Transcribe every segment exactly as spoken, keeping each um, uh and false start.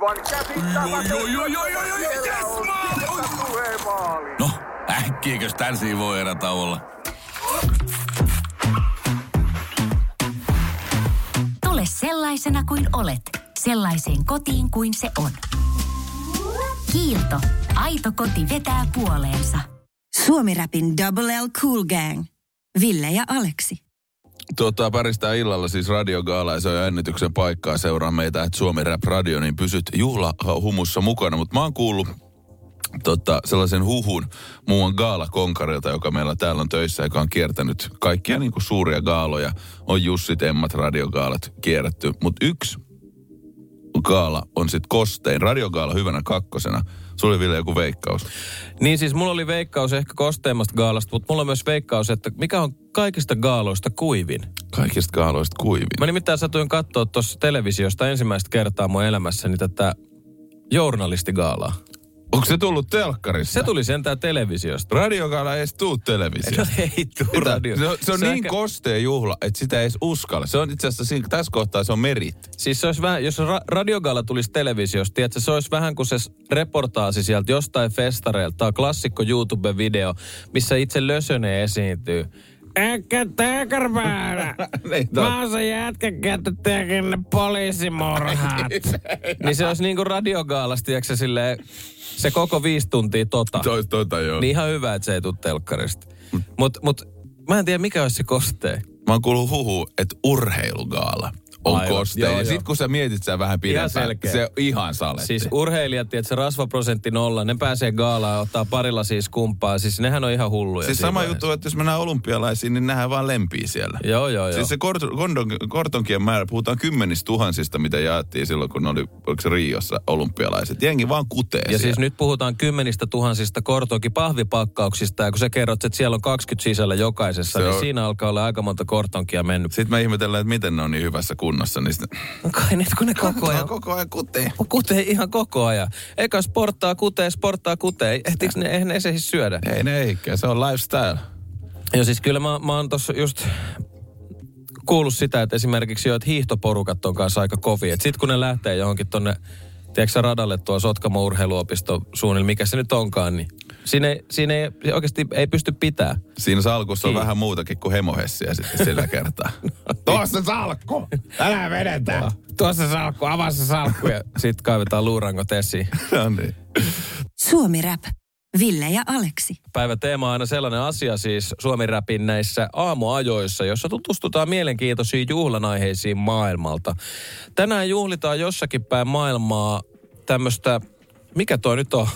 Aivan käsittämätöntä. No, äkkiäkös tän voi erätä olla? Tule sellaisena kuin olet, sellaiseen kotiin kuin se on. Kiilto. Aito koti vetää puoleensa. Suomi-räpin Double L Cool Gang. Ville ja Aleksi. Tuota, päristää illalla siis radiogaala ja se on jännityksen paikkaa. Seuraa meitä, että Suomi Rap Radio, niin pysyt juhlahumussa mukana. Mutta mä oon kuullut tota, sellaisen huhun muuan gaala-konkarilta, joka meillä täällä on töissä, joka on kiertänyt kaikkia niin kuin suuria gaaloja. On Jussit, Emmat, radiogaalat kierrätty. Mutta yksi gaala on sitten kostein. Radiogaala hyvänä kakkosena. Sulla oli vielä joku veikkaus. Niin siis mulla oli veikkaus ehkä kosteimmasta gaalasta, mutta mulla on myös veikkaus, että mikä on kaikista gaaloista kuivin? Kaikista gaaloista kuivin? Mä nimittäin satuin katsoa tuossa televisiosta ensimmäistä kertaa mun elämässäni tätä journalistigaalaa. Onko se tullut telkkarissa? Se tuli sentään televisiosta. Radiogaala ei edes tuu televisiosta. No ei tuu radio. Se on, se on se niin ehkä kostea juhla, että sitä ei edes uskalla. Se on itse asiassa siinä, tässä kohtaa se on merit. Siis se olisi vähän, jos ra- radiogaala tulisi televisiosta, tiedätkö, se olisi vähän kuin se reportaasi sieltä jostain festareilta. Tämä on klassikko YouTube-video, missä itse Lösönen esiintyy. Eikä teekarpäänä. Mä oon se jätkä, että tekin ne poliisimurhat. Niin se olisi niin kuin radiogaalasta, tiedätkö silleen, se koko viisi tuntia tota. Tois tota, joo. Niin ihan hyvä, että se ei tule telkkarista. Mutta mut, mä en tiedä, mikä olisi se kostee. Mä oon kuullut huhu, että urheilugaala on Aivan, kostea. joo, ja joo. sit kun sä mietit sen vähän pidempään, se on ihan saletti. Siis urheilijat, että se rasvaprosentti nolla, ne pääsee gaalaan, ottaa parilla siis kumpaa. Siis nehän on ihan hulluja. Siis sama juttu, että jos mennään olympialaisiin, niin nehän vaan lempii siellä. Joo, joo, joo. Siis se kort- kortonkien määrä, puhutaan kymmenistä tuhansista, mitä jaettiin silloin, kun oli, oliko se Riossa olympialaiset. Jengi vaan kutee Ja siellä. siis nyt puhutaan kymmenistä tuhansista kortonkin pahvipakkauksista, ja kun sä kerrot, että siellä on kaksikymmentä sisällä jokaisessa, se niin on siinä alkaa olla aika monta kortonkia mennyt. Sitten me ihmetellään, että miten ne on niin hyvässä kunnossa. Niin sitä... No kai nyt, kun ne koko ajan... koko ajan kutee. Kutee ihan koko ajan. Eikä sporttaa kutee, sporttaa kutee. Ehtiikö ne, eihän ne se siis syödä? Ei ne eikä, se on lifestyle. Joo, siis kyllä mä, mä oon tossa just kuullut sitä, että esimerkiksi jo, että hiihtoporukat on kanssa aika kovia. Että sit kun ne lähtee johonkin tonne, tiedätkö radalle tuo Sotkamo urheiluopisto suunnilleen, mikä se nyt onkaan, niin siinä ei, siinä ei oikeasti ei pysty pitää. Siinä salkussa on vähän muutakin kuin hemohessiä sitten sillä kertaa. Tuossa salkku! Älä vedetä! Tuossa salkku, avaa se salkku ja sit kaivetaan luurangot esiin. No niin. Suomi Rap. Ville ja Aleksi. Päivän teema on aina sellainen asia siis Suomi-räpin näissä aamuajoissa, jossa tutustutaan mielenkiintoisiin juhlanaiheisiin maailmalta. Tänään juhlitaan jossakin päin maailmaa tämmöistä, mikä toi nyt on?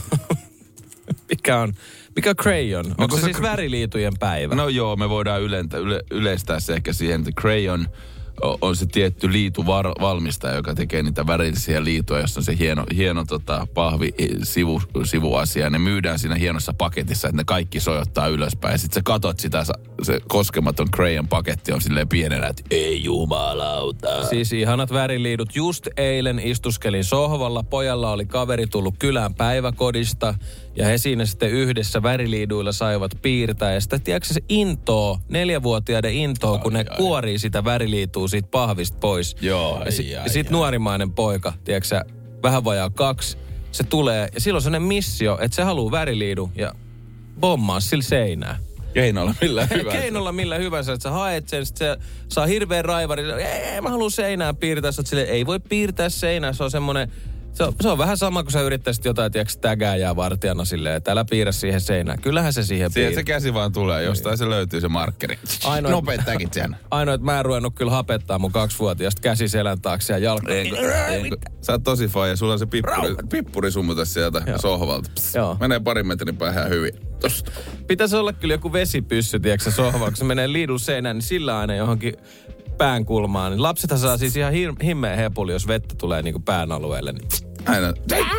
mikä on? Mikä on crayon? No, Onko se se siis väriliitujen päivä? No joo, me voidaan ylentä, yle, yleistää se ehkä siihen, että crayon on se tietty liituvalmistaja, joka tekee niitä värillisiä liituja, jossa on se hieno, hieno tota, pahvi sivu, sivuasia. Ne myydään siinä hienossa paketissa, että ne kaikki sojottaa ylöspäin. Ja sit sä katot sitä, se koskematon crayon paketti on silleen pienenä, että ei jumalauta. Siis ihanat väriliidut. Just eilen istuskelin sohvalla. Pojalla oli kaveri tullut kylään päiväkodista. Ja he siinä sitten yhdessä väriliiduilla saivat piirtää. Ja sitten tiedätkö se intoo, neljävuotiaiden intoo, ai, kun ne ai, kuorii sitä väriliitua siitä pahvista pois. Joo, ja si- ai, sitten nuorimainen poika, tiedätkö sä, vähän vajaa kaksi, se tulee. Ja silloin on sellainen missio, että se haluaa väriliidun ja bommaa sillä seinää. Keinolla millä hyvänsä. Keinolla millä hyvänsä, että sä haet sen, sit se saa hirveän raivarin. Ei, mä haluan seinään piirtää. Sä oot silleen, ei voi piirtää seinää, se on semmoinen... Se on, se on vähän sama, kun sä yrittäisit jotain, tiedätkö, tägääjää vartijana silleen, että älä piirrä siihen seinään. Kyllähän se siihen piirtää. Se käsi vaan tulee, jostain se löytyy se markkeri. Ainoa, nopeet täkit sen. Ainoa, että mä en ruvennut kyllä hapettaa mun kaksivuotiaasta käsi selän taakse ja jalka. Ei, ei, sä oot tosi faija, sulla on se pippuri, pippuri sumuta sieltä joo. sohvalta. Pss, joo. Menee parin metrin päähän hyvin. Tosta. Pitäisi olla kyllä joku vesipyssy, tiedätkö sohvalla, kun se menee liidun seinään, niin sillä aina johonkin pään kulmaan. Niin lapsethan saa siis ihan hir- himmeä hepuli, jos vettä tulee niinku pään alueelle. Niin. Aina.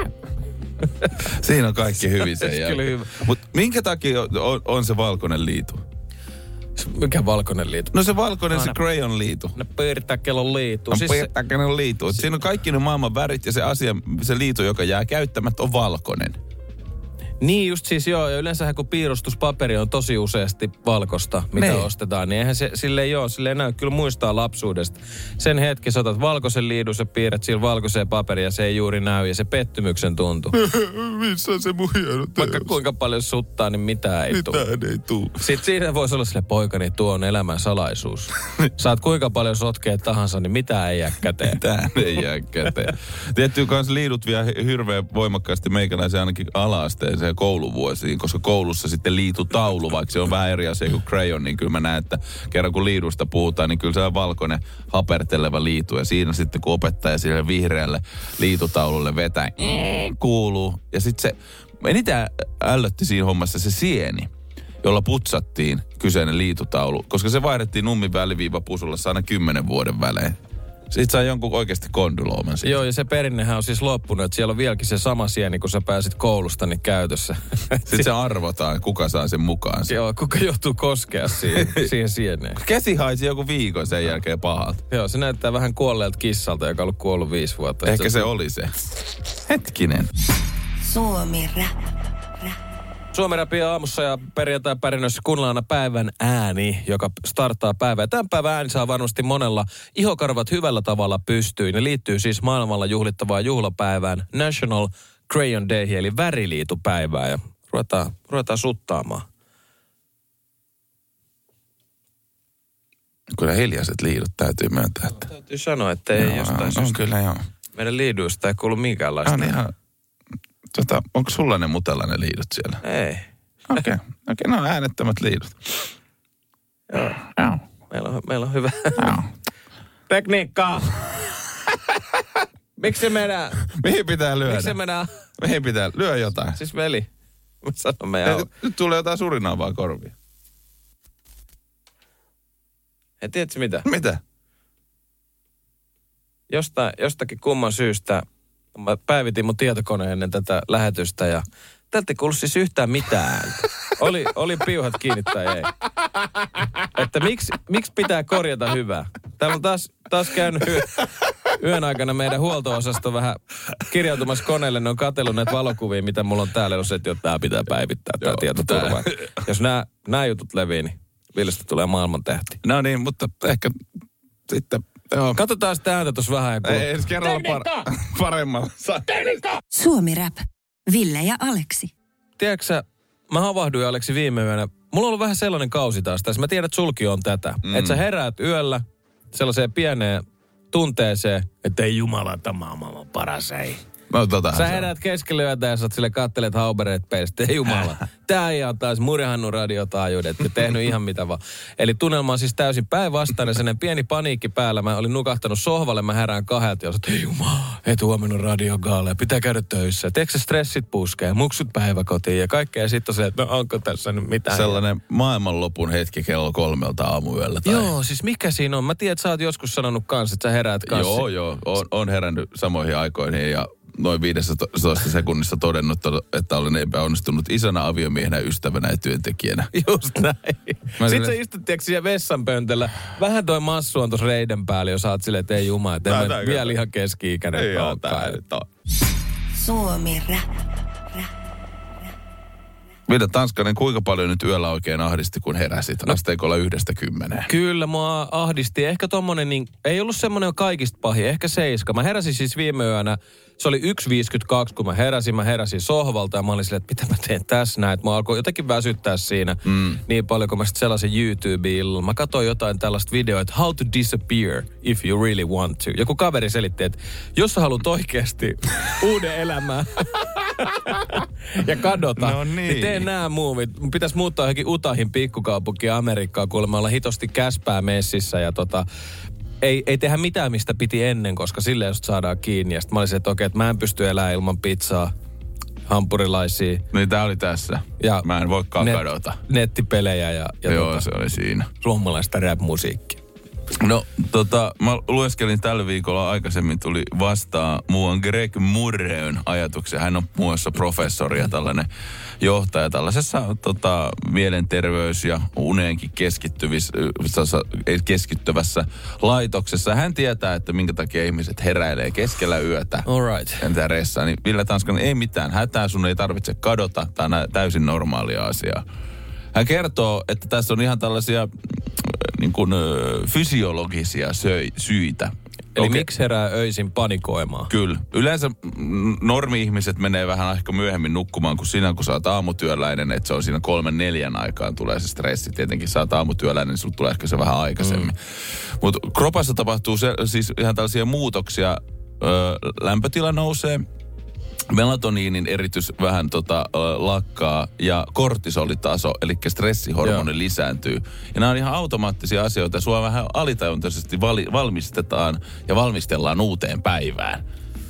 Siinä on kaikki hyvin sen jälkeen. Mutta minkä takia on, on, on se valkoinen liitu? Mikä valkoinen liitu? No se valkoinen, se crayon liitu. Ne piirtäkelon liitu. No siis piirtäkelon liitu. Siinä on kaikki ne maailman värit ja se asia, se liitu, joka jää käyttämättä, on valkoinen. Niin just siis joo, ja yleensähän kun piirustuspaperi on tosi useasti valkosta, mitä Niin. ostetaan, niin eihän se silleen joo, silleen näy, kyllä muistaa lapsuudesta. Sen hetki sä otat valkoisen liidun, sä piirrät sillä valkoiseen paperiin ja se ei juuri näy ja se pettymyksen tuntuu. Missä on se mun hieno Vaikka kuinka paljon suttaa, niin mitään ei tule. Mitään ei tuu. Sitten siinä voisi olla sille poikani, tuo on elämän salaisuus. Saat kuinka paljon sotkea tahansa, niin mitään ei jää käteen. Mitään ei jää käteen. Tiettyy kans liidut vielä hirveän voimakkaasti meikäläisen ainakin ala-asteeseen kouluvuosiin, koska koulussa sitten liitutaulu, vaikka se on vähän eri asia kuin crayon, niin kyllä mä näen, että kerran kun liidusta puhutaan, niin kyllä se on valkoinen haperteleva liitu. Ja siinä sitten kun opettaja sille vihreälle liitutaululle vetää, kuuluu. Ja sitten se, eniten ällötti siinä hommassa se sieni, jolla putsattiin kyseinen liitutaulu, koska se vaihdettiin nummin väliviivapusullassa aina kymmenen vuoden välein. Sitten saa jonkun oikeasti kondylooman siitä. Joo, ja se perinnehän on siis loppunut, että siellä on vieläkin se sama sieni, kun sä pääsit koulusta, niin käytössä. Sitten se arvotaan, kuka saa sen mukaansa. Joo, kuka joutuu koskea siihen, siihen sieneen. Käsi haisi joku viikon sen jälkeen pahalta. Joo, se näyttää vähän kuolleelta kissalta, joka on ollut kuollut viisi vuotta. Ehkä se oli se. Hetkinen. Suomi Rap. Suomi Rapia aamussa ja perjantai pärinössä kuunnellaan aina päivän ääni, joka starttaa päivää. Tämän päivän ääni saa varmasti monella ihokarvat hyvällä tavalla pystyyn. Ne liittyy siis maailmalla juhlittavaan juhlapäivään National Crayon Day, eli väriliitupäivää. Ja ruvetaan, ruvetaan suttaamaan. Kyllä hiljaiset liidut täytyy myöntää, että... Täytyy sanoa, että ei joo, jostain on syystä. kyllä joo. Meidän liiduista ei kuulu minkäänlaista. On ihan... Tota, onko sulla ne mutelainen liidut siellä? Ei. Okei, okay. okay, no äänettömät liidut. Joo. Joo. Meillä on, meillä on hyvä Joo. tekniikkaa. Miksi meidän... Mihin pitää lyödä? Miksi meidän... Mihin pitää? Lyö jotain. Siis veli, mä sanon meidän... Nyt, nyt tulee jotain surinaavaa korvia. Hei, tiedätkö mitä? Mitä? Jostain, jostakin kumman syystä mä päivitin mun tietokoneen ennen tätä lähetystä ja tältä ei kuulu siis yhtään mitään. Oli, oli piuhat kiinni tai ei. Että miksi, miksi pitää korjata hyvää? Täällä on taas, taas käynyt yö, yön aikana meidän huolto-osasto vähän kirjautumassa koneelle. Ne on katsellut näitä valokuvia, mitä mulla on täällä. Jos et jo, tää pitää päivittää, tää tietoturva. Jos nämä, nämä jutut levii, niin Villestä tulee maailman tähti. No niin, mutta ehkä sitten... Joo. Katsotaan sitä ääntä tuossa vähän. Kun... Ei edes kerralla par- paremmalla. Suomi Rap. Ville ja Aleksi. Tiedätkö sä, mä havahduin Aleksi viime yönä. Mulla on ollut vähän sellainen kausi taas tässä. Mä tiedän, että sulki on tätä. Mm. Että sä heräät yöllä sellaiseen pieneen tunteeseen, että ei jumalata maailman paras, ei. No, tota Sä heräät keskellä yötä ja sä oot sille kattelet haubereet peistä. Ei jumala. Tää ei ole taas Murihannun radiotaajuudet. Tehnyt ihan mitä vaan. Eli tunnelma on siis täysin päinvastainen. Sellainen pieni paniikki päällä. Mä olin nukahtanut sohvalle. Mä herään kahdelta ja sanoin, ei jumala, et huomenna radiogaale. Pitää käydä töissä. Teekö se stressit puskee? Muksut päiväkotiin ja kaikkea. Ja sitten on se, että no onko tässä nyt mitään. Sellainen maailmanlopun hetki kello kolmelta aamuyöllä. Tai... Joo, siis mikä siinä on? Mä tiedän, että sä oot joskus sanonut kanssa, että sä heräät kanssa. Joo, joo. On, on herännyt samoihin aikoihin ja noin viisitoista sekunnissa todennut, että olen epäonnistunut isona aviomiehenä, ystävänä ja työntekijänä. Just näin. Mä Sitten sille... sä istut tiedätkö siellä vessanpöntöllä. Vähän toi massu on tuossa reiden päällä, jos saat silleen, että ei juma, että en vielä ihan keski-ikäinen. Ei oo tää nyt on. Suomi Rap. Ville Tanskanen, kuinka paljon nyt yöllä oikein ahdisti, kun heräsit? No, asteikolla yhdestä kymmeneen. Kyllä, mua ahdisti. Ehkä tommonen, niin, ei ollut semmoinen kaikista pahin, ehkä seiska. Mä heräsin siis viime yönä, se oli yksi viisikymmentäkaksi, kun mä heräsin. Mä heräsin sohvalta ja mä olin silleen, että mitä mä teen tässä näin. Mä alkoi jotenkin väsyttää siinä mm. niin paljon, kun mä sitten sellaisen YouTubeilla. Mä katsoin jotain tällaista videoa, että how to disappear if you really want to. Joku kaveri selitti, että jos sä haluat oikeasti uuden elämää ja kadota, no niin. niin tee nämä muuvit. Mun pitäisi muuttaa johonkin Utahin pikkukaupunkiin Amerikkaan, kuulemma olla hitosti käspää messissä ja tota... Ei, ei tehdä mitään, mistä piti ennen, koska silleen just saadaan kiinni. Ja sitten mä olisin, että okei, että mä en pysty elämään ilman pizzaa, hampurilaisia. Niin tää oli tässä. Ja mä en voikaan net, kadota. Nettipelejä ja, ja joo, tota, se oli siinä. suomalaista rap-musiikkia. No, tota, mä lueskelin tällä viikolla aikaisemmin, tuli vastaan muuan Greg Murreyn ajatuksia. Hän on muassa professori ja tällainen johtaja tällaisessa tota, mielenterveys- ja uneenkin keskittyvässä laitoksessa. Hän tietää, että minkä takia ihmiset heräilee keskellä yötä. All right. Entä ressaa, niin Ville Tanskanen, ei mitään. Hätää, sun ei tarvitse kadota. Tämä on täysin normaalia asiaa. Hän kertoo, että tässä on ihan tällaisia niin kuin, fysiologisia söi, syitä. Eli Okei. miksi herää öisin panikoimaan? Kyllä. Yleensä normi-ihmiset menee vähän ehkä myöhemmin nukkumaan kuin sinä, kun sä oot aamutyöläinen, että se on siinä kolmen neljän aikaan tulee se stressi. Tietenkin sä oot aamutyöläinen, niin sulla tulee ehkä se vähän aikaisemmin. Mm. Mutta kropassa tapahtuu se, siis ihan tällaisia muutoksia. Ö, lämpötila nousee. Melatoniinin eritys vähän tota, lakkaa ja kortisolitaso, eli stressihormoni Joo. lisääntyy. Ja nämä on ihan automaattisia asioita. Sua vähän alitajuntaisesti vali, valmistetaan ja valmistellaan uuteen päivään.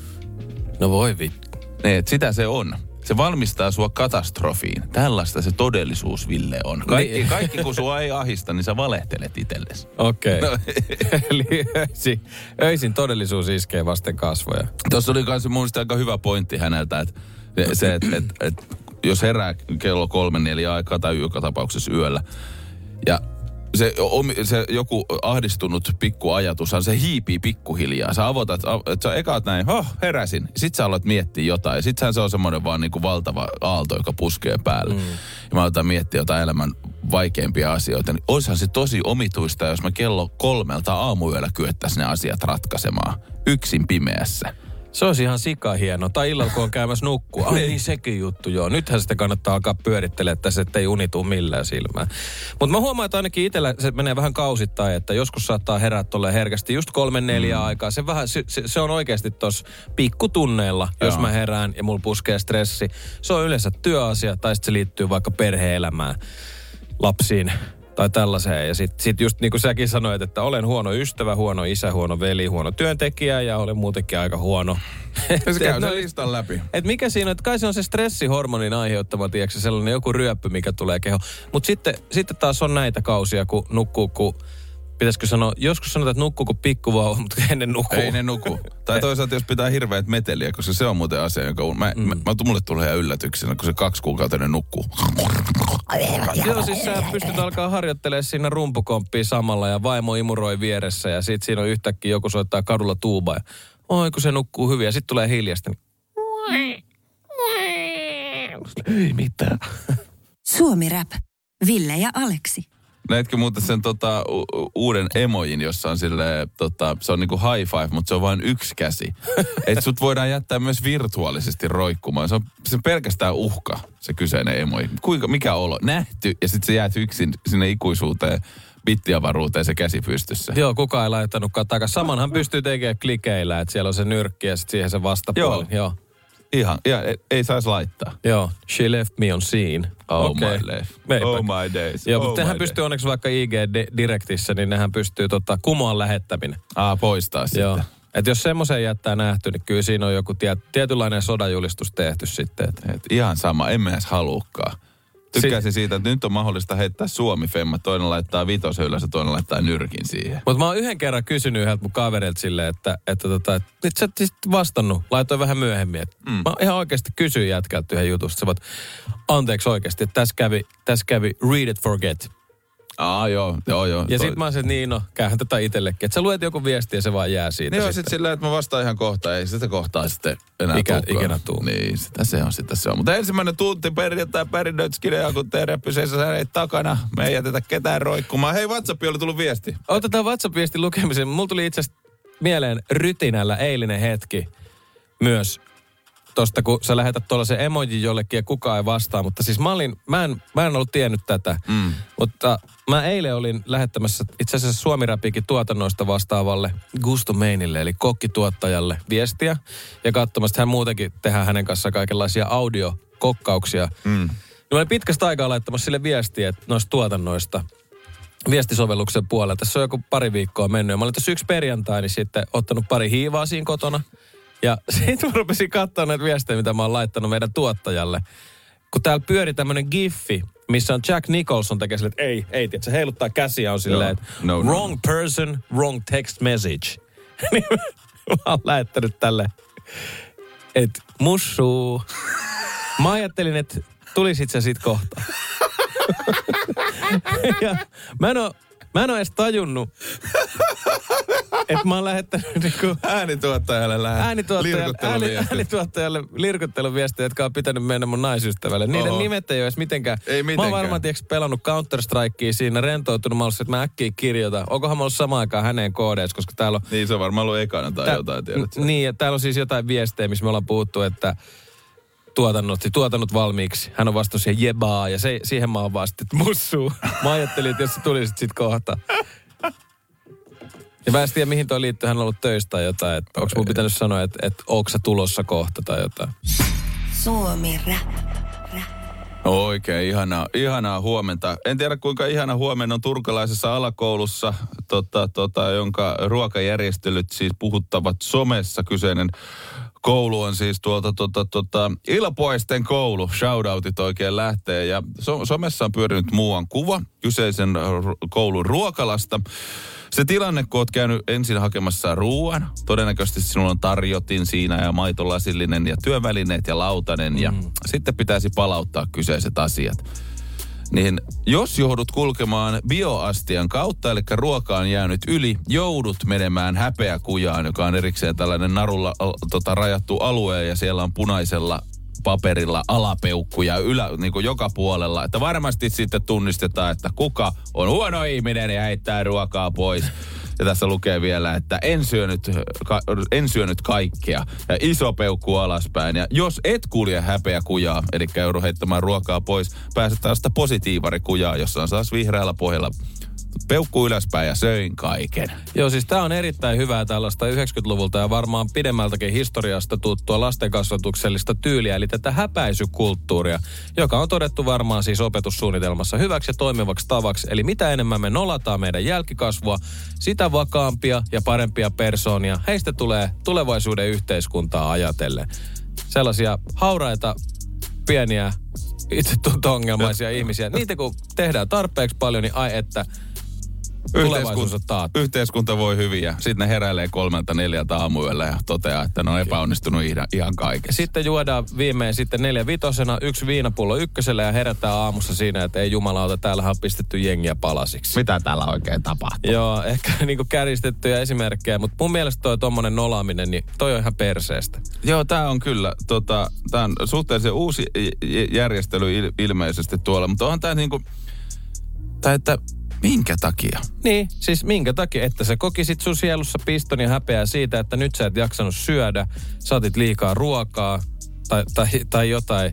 No voi vittu. Et sitä se on. Se valmistaa sua katastrofiin. Tällaista se todellisuus, Ville, on. Kaikki, niin. kaikki kun sua ei ahista, niin sä valehtelet itsellesi. Okei. Okay. No. Eli öisin, öisin todellisuus iskee vasten kasvoja. Tuossa oli myös mun mielestä aika hyvä pointti häneltä, että se, että et, et, jos herää kello kolme, neljä aikaa tai joka tapauksessa yöllä, ja se, se joku ahdistunut pikkuajatushan, se hiipii pikkuhiljaa. Sä avotat, että sä ekaat näin, oh, heräsin. Sitten sä alat miettiä jotain. Ja sittenhän se on semmoinen vaan niin kuin valtava aalto, joka puskee päälle. Mm. Ja mä aloitan miettiä jotain elämän vaikeimpia asioita. Niin olisihan se tosi omituista, jos mä kello kolmelta aamuyöllä kyettäisiin ne asiat ratkaisemaan. Yksin pimeässä. Se olisi ihan sika hieno. Tai illalla, kun on käymässä nukkua. Ai niin, sekin juttu, joo. Nythän sitten kannattaa alkaa pyörittelemään tässä, ettei uni tuu millään silmään. Mutta mä huomaan, että ainakin itsellä se menee vähän kausittain, että joskus saattaa herää tolleen herkästi just kolme neljä mm. aikaa. Se, vähän, se, se on oikeasti tossa pikkutunneilla, jos joo. mä herään ja mulla puskee stressi. Se on yleensä työasia tai sitten se liittyy vaikka perhe-elämään, lapsiin tai tällaiseen. Ja sitten sit just niin kuin säkin sanoit, että olen huono ystävä, huono isä, huono veli, huono työntekijä ja olen muutenkin aika huono. Ja se käy sen listan läpi. Et mikä siinä on, että kai se on se stressihormonin aiheuttama, tiedätkö, sellainen joku ryöppy, mikä tulee keho. Mutta sitten, sitten taas on näitä kausia, kun nukkuu, kun pitäisikö sanoa, joskus sanotaan, että nukkuu kuin pikkuvauva, mutta ennen nukkuu. Ei ne nuku. Tai toisaalta, jos pitää hirveät meteliä, koska se on muuten asia, jonka mä, mm. mä, mä, mulle tulee ihan yllätyksenä, kun se kaksi kuukautinen nukkuu. Joo, siis sä pystyt alkaa harjoittelemaan siinä rumpukomppia samalla ja vaimo imuroi vieressä ja sit siinä on yhtäkkiä joku soittaa kadulla tuubaa ja oi kun se nukkuu hyvin ja sit tulee hiljasta. Niin... Ei mitään. Suomi Rap. Ville ja Aleksi. Näetkö muuten sen tota, u- uuden emojin, jossa on silleen, tota, se on niinku high five, mutta se on vain yksi käsi. Että sut voidaan jättää myös virtuaalisesti roikkumaan. Se on, se on pelkästään uhka, se kyseinen emoji. Kuinka, mikä olo? Nähty, ja sitten se jäät yksin sinne ikuisuuteen, bittiavaruuteen se käsi pystyssä. Joo, kukaan ei laittanutkaan takaisin. Samanhan pystyy tekemään klikeillä, että siellä on se nyrkki ja sitten siihen se vastapuoli. Joo. Joo. Ihan, ihan ei, ei saisi laittaa. Joo, she left me on scene. Oh okay. my life. Oh my days. Joo, oh mutta nehän pystyy onneksi vaikka I G-direktissä, niin nehän pystyy tota, kumoan lähettäminen. Ah, poistaa sitten. Joo. Että jos semmoisen jättää nähty, niin kyllä siinä on joku tiet, tietynlainen sodajulistus tehty sitten. Et. Et ihan sama, emme edes haluukaan. Tykkäsin si- siitä, että nyt on mahdollista heittää Suomi-femma. Toinen laittaa vitosen ylös ja toinen laittaa nyrkin siihen. Mutta mä oon yhden kerran kysynyt yhdeltä mun kaverilta silleen, että, että, tota, että et sä et vastannut. Laitoin vähän myöhemmin. Että mm. Mä ihan oikeasti kysyin jätkältä yhden jutusta. Sä voit, anteeksi oikeasti, että tässä kävi, tässä kävi read it forget. Aa, joo, joo, joo. Ja sit mä oon se, että niin no, käyhän tätä itsellekin. Että sä luet joku viesti ja se vaan jää siitä. Joo, sit silleen, että mä vastaan ihan kohta. Ei sitä kohtaa sitten enää Ikä, ikinä tuu. Niin, sitä se on, sitä se on. Mutta ensimmäinen tunti perjantai Pärinötskinen, kun teidän pyseessä ei takana. Me ei jätetä ketään roikkumaan. Hei, WhatsApp oli tullut viesti. Otetaan WhatsApp-viesti lukemisen. Mulla tuli itse asiassa mieleen rytinällä eilinen hetki myös. Tosta, kun sä lähetät tuollaisen emojin jollekin ja kukaan ei vastaa. Mutta siis mä, olin, mä, en, mä en ollut tiennyt tätä. Mm. Mutta mä eilen olin lähettämässä itse asiassa Suomi Rapikin tuotannoista vastaavalle Gusto Mainille, eli kokkituottajalle viestiä. Ja katsomassa, että hän muutenkin tehdään hänen kanssaan kaikenlaisia audiokokkauksia. Mm. Niin mä olin pitkästä aikaa laittamassa sille viestiä noista tuotannoista viestisovelluksen puolella. Tässä on joku pari viikkoa mennyt. Ja mä olin tässä yksi perjantai, niin sitten ottanut pari hiivaa siinä kotona. Ja sitten mä rupesin katsoa näitä viestejä, mitä mä oon laittanut meidän tuottajalle. Kun täällä pyöri tämmönen giffi, missä on Jack Nicholson tekee silleen, että ei, ei, tiedätkö, se heiluttaa käsiä on silleen, että no, no, wrong no. person, wrong text message. Niin mä oon lähettänyt tälle, että mussuu. Mä ajattelin, että tulisit sä sit kohta. Ja mä en oo, mä en oo edes tajunnut, että mä oon lähettänyt niinku äänituottajalle lähe, äänituottajalle, ääni, äänituottajalle lirkutteluviestejä, jotka on pitänyt mennä mun naisystävälle. Niiden Oho. nimet ei ole edes mitenkään. Ei mitenkään. Mä oon varmaan tiiäks pelannut Counter-Strikea siinä, rentoutunut. Mä oon että mä äkkiä kirjoitan. Onkohan mä ollut samaan aikaan häneen koodeissa, koska täällä on... Niin se on varmaan ollut ekana tai Tää, jotain, tiedätkö? Niin, ja täällä on siis jotain viestejä, missä me ollaan puhuttu, että tuotannut, tuotannut valmiiksi. Hän on vastannut siihen jebaa ja se, siihen mä oon vasta, että mussuu. Mä ajattelin, että jos sä tulisit sit kohta. Ja mä en tiedä, mihin toi liittyy. Hän on ollut töistä tai jotain. Että onko mun pitänyt sanoa, että, että onko sä tulossa kohta tai jotain. Suomi Rap. Oikein ihanaa, ihanaa huomenta. En tiedä, kuinka ihana huomenna on turkalaisessa alakoulussa, tota, tota, jonka ruokajärjestelyt siis puhuttavat somessa. Kyseinen koulu on siis tuolta tota, tota, Ilpoisten koulu. Shoutoutit oikein lähtee. Ja so, somessa on pyörinyt muuan kuva kyseisen koulun ruokalasta. Se tilanne, kun oot käynyt ensin hakemassa ruoan, todennäköisesti sinulla on tarjotin siinä ja maitolasillinen ja työvälineet ja lautanen mm. ja sitten pitäisi palauttaa kyseiset asiat. Niin jos joudut kulkemaan bioastian kautta, eli ruoka on jäänyt yli, joudut menemään häpeäkujaan, joka on erikseen tällainen narulla tota, rajattu alue ja siellä on punaisella paperilla alapeukkuja ylä, niin kuin joka puolella, että varmasti sitten tunnistetaan, että kuka on huono ihminen ja heittää ruokaa pois. Ja tässä lukee vielä, että en syönyt, ka, en syönyt kaikkea ja iso peukku alaspäin. Ja jos et kulje häpeäkujaa, eli joudu heittämään ruokaa pois, pääset taas sitä positiivarikujaa, jossa on taas vihreällä pohjalla peukku ylöspäin ja söin kaiken. Joo, siis tää on erittäin hyvää tällaista yhdeksänkymmentäluvulta ja varmaan pidemmältäkin historiasta tuttua lastenkasvatuksellista tyyliä, eli tätä häpäisykulttuuria, joka on todettu varmaan siis opetussuunnitelmassa hyväksi ja toimivaksi tavaksi. Eli mitä enemmän me nolataan meidän jälkikasvua, sitä vakaampia ja parempia persoonia heistä tulee tulevaisuuden yhteiskuntaa ajatellen. Sellaisia hauraita, pieniä, itsetunto-ongelmaisia ihmisiä. Niitä kun tehdään tarpeeksi paljon, niin ai että Yhteiskunta, yhteiskunta voi hyvin ja sitten ne heräilee kolmelta neljältä aamuyöllä ja toteaa, että ne on epäonnistunut ihan kaikessa. Sitten juodaan viimein sitten neljä vitosena, yksi viinapullo ykkösellä ja herätään aamussa siinä, että ei jumalauta, täällähän on pistetty jengiä palasiksi. Mitä täällä oikein tapahtuu? Joo, ehkä niinku kärjistettyjä esimerkkejä, mutta mun mielestä toi tommonen nolaaminen, niin toi on ihan perseestä. Joo, tää on kyllä, tota, tää on suhteellisen uusi järjestely il- ilmeisesti tuolla, mutta onhan tää niinku, tai että minkä takia? Niin, siis minkä takia, että sä kokisit sun sielussa piston ja häpeää siitä, että nyt sä et jaksanut syödä, sä otit liikaa ruokaa tai, tai, tai jotain.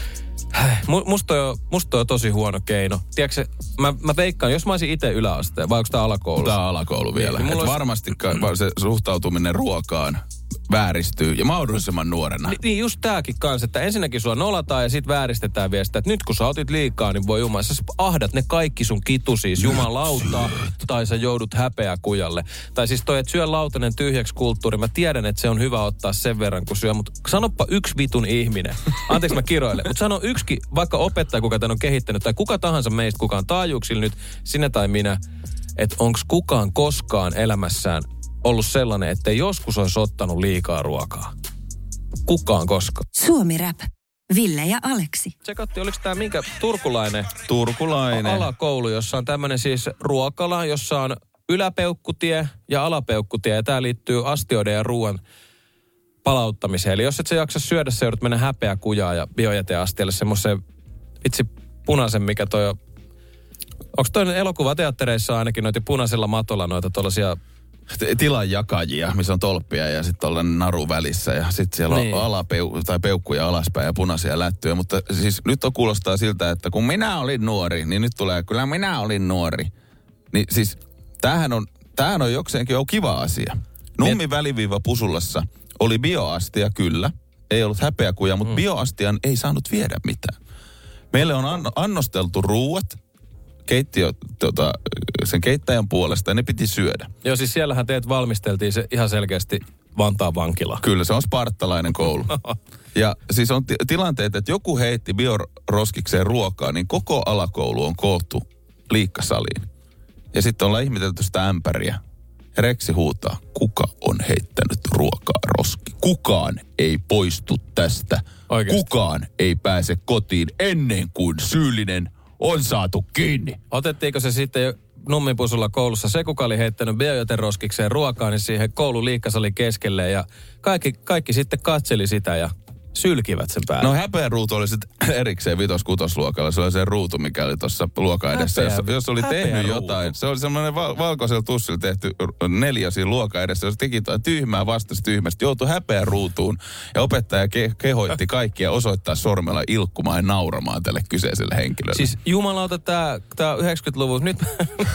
Musta toi, on, musta toi on tosi huono keino. Tiedätkö, mä, mä veikkaan, jos mä olisin itse yläasteen, vai onko tää alakoulu? Tää on alakoulu vielä. Niin, olisi... Varmasti se suhtautuminen ruokaan vääristyy ja mahdollisimman nuorena. Ni, niin just tääkin kanssa, että ensinnäkin sua nolataan ja sit vääristetään vielä sitä, että nyt kun sä otit liikaa, niin voi jumala, sä ahdat ne kaikki sun kitu siis jumalautaa, tai sä joudut häpeäkujalle. Tai siis toi, että syö lautanen tyhjäksi kulttuuri, mä tiedän, että se on hyvä ottaa sen verran, kun syö, mutta sanoppa yksi vitun ihminen. Anteeksi mä kiroilen, mutta sano yksikin, vaikka opettaja, kuka tän on kehittänyt, tai kuka tahansa meistä, kuka on taajuuksilla nyt, sinä tai minä, että onks kukaan koskaan elämässään ollut sellainen, että joskus olisi ottanut liikaa ruokaa. Kukaan koskaan. Suomi Rap. Ville ja Aleksi. Tsekatti, oliko tämä minkä turkulainen? Turkulainen. Alakoulu, jossa on tämmöinen siis ruokala, jossa on yläpeukkutie ja alapeukkutie. Ja tämä liittyy astioiden ja ruoan palauttamiseen. Eli jos et sä jaksa syödä, sä joudut mennä häpeäkujaa ja biojäteastialle semmoiseen vitsi punaisen, mikä toi on. Onko toinen elokuvateattereissa ainakin noita punaisella matolla noita tuollaisia tilanjakajia, missä on tolppia ja sitten tollainen naru välissä ja sitten siellä niin on alapeu- tai peukkuja alaspäin ja punaisia lättyjä. Mutta siis nyt on kuulostaa siltä, että kun minä olin nuori, niin nyt tulee kyllä minä olin nuori. Niin siis tämähän on, tämähän on jokseenkin on kiva asia. Nummi väliviiva Pusulassa oli bioastia kyllä, ei ollut häpeäkuja, mutta mm. bioastian ei saanut viedä mitään. Meille on an- annosteltu ruuat keittiö, tota, sen keittäjän puolesta ja ne piti syödä. Joo, siis siellähän teet valmisteltiin se ihan selkeästi Vantaan vankila. Kyllä, se on spartalainen koulu. Ja siis on t- tilanteet, että joku heitti bio, roskikseen ruokaa, niin koko alakoulu on koottu liikkasaliin. Ja sitten ollaan ihmetelty sitä ämpäriä. Ja Reksi huutaa, kuka on heittänyt ruokaa roski? Kukaan ei poistu tästä. Oikeasti? Kukaan ei pääse kotiin ennen kuin syyllinen on saatu kiinni. Otettiinko se sitten jo Nummipusulla koulussa se, kuka oli heittänyt biojoteroskikseen ruokaa, niin siihen koulun liikkasali keskelle ja kaikki, kaikki sitten katseli sitä ja sylkivät sen päälle. No häpeän ruutu oli sitten erikseen vitos-kutosluokalla. Se oli se ruutu, mikä oli tuossa luokan edessä. Häpeä, jos, jos oli tehnyt ruutu. jotain, se oli semmoinen val- valkoisella tussilla tehty neljä siinä luokan edessä. Jos teki tyhmää vastasi tyhmästi, joutui häpeän ruutuun. Ja opettaja ke- kehoitti kaikkia osoittaa sormella ilkkumaan ja nauramaan tälle kyseiselle henkilölle. Siis jumalauta, tää, tää yhdeksänkymmentäluvun nyt...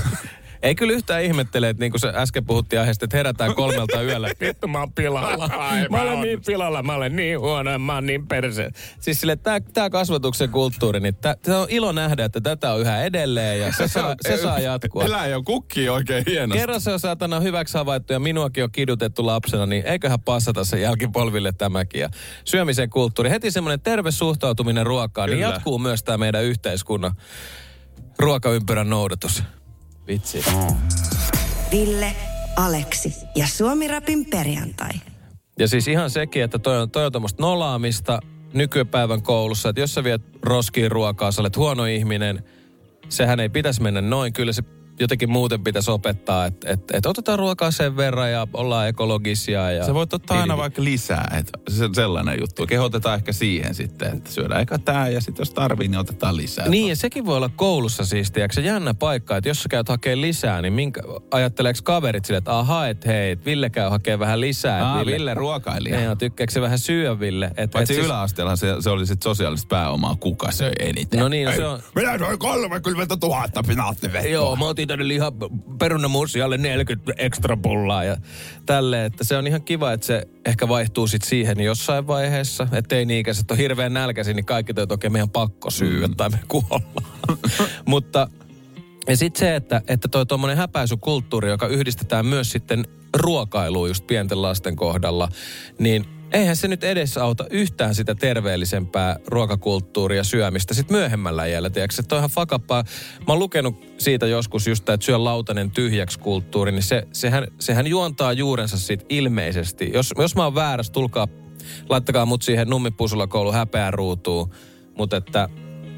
Ei kyllä yhtään ihmettele, että niin kuin se äsken puhuttiin aiheesta, että herätään kolmelta yöllä. Vittu, mä oon pilalla. Mä olen niin pilalla, mä olen niin huono, mä oon niin perse. Siis sille, tää, tää kasvatuksen kulttuuri, niin tää, tää on ilo nähdä, että tätä on yhä edelleen ja se saa, se saa jatkua. Eläjä on kukkii oikein hienosti. Kerran se on saatana hyväksi havaittu ja minuakin on kidutettu lapsena, niin eiköhän passata sen jälkipolville tämäkin. Ja syömisen kulttuuri, heti semmoinen terve suhtautuminen ruokaan, niin jatkuu myös tää meidän yhteiskunnan ruokaympyrän noudatus. Vitsi. Ville, Aleksi ja Suomi-rapin perjantai. Ja siis ihan sekin, että toi on, toi on tommoista nolaamista nykypäivän koulussa, että jos sä viet roskiin ruokaa, sä olet huono ihminen, sehän ei pitäisi mennä noin. Kyllä se jotenkin muuten pitäisi opettaa, että, että, että otetaan ruokaa sen verran ja ollaan ekologisia. Ja sä voit ottaa aina vaikka lisää, että se, sellainen juttu. Kehotetaan ehkä siihen sitten, että syödään eka tää ja sitten jos tarvii, niin otetaan lisää. Niin ja sekin voi olla koulussa siistiä, eikö se jännä paikka, että jos sä käyt hakemaan lisää, niin minkä, ajatteleeko kaverit sille, että aha, että hei, et Ville käy hakemaan vähän lisää. Aa, Ville, Ville ruokailija. Ja tykkääkö se vähän syödä, Ville? Et, Paitsi et siis, yläasteella se, se oli sitten sosiaalista pääomaa, kuka söi eniten. No niin, no se on... Minä söin kolmekymmentätuhatta pinaattivettä. Joo, mä otin tänne liha perunamuusialle neljäkymmentä ekstra pullaa ja tälleen, että se on ihan kiva, että se ehkä vaihtuu sitten siihen jossain vaiheessa, että teini-ikäiset on hirveän nälkäisiä, niin kaikki toi oikein meidän pakko syyä mm. tai me kuollaan. Mutta ja sitten se, että, että toi tuommoinen häpäisykulttuuri, joka yhdistetään myös sitten ruokailuun just pienten lasten kohdalla, niin eihän se nyt edesauta yhtään sitä terveellisempää ruokakulttuuria syömistä sitten myöhemmällä iällä, tiedätkö? Että on ihan fakappaa. Mä oon lukenut siitä joskus just, että syö lautanen tyhjäksi kulttuuri, niin se, sehän, sehän juontaa juurensa siitä ilmeisesti. Jos, jos mä oon väärässä, tulkaa, laittakaa mut siihen Nummipusulla koulu häpeän ruutuun, mutta että...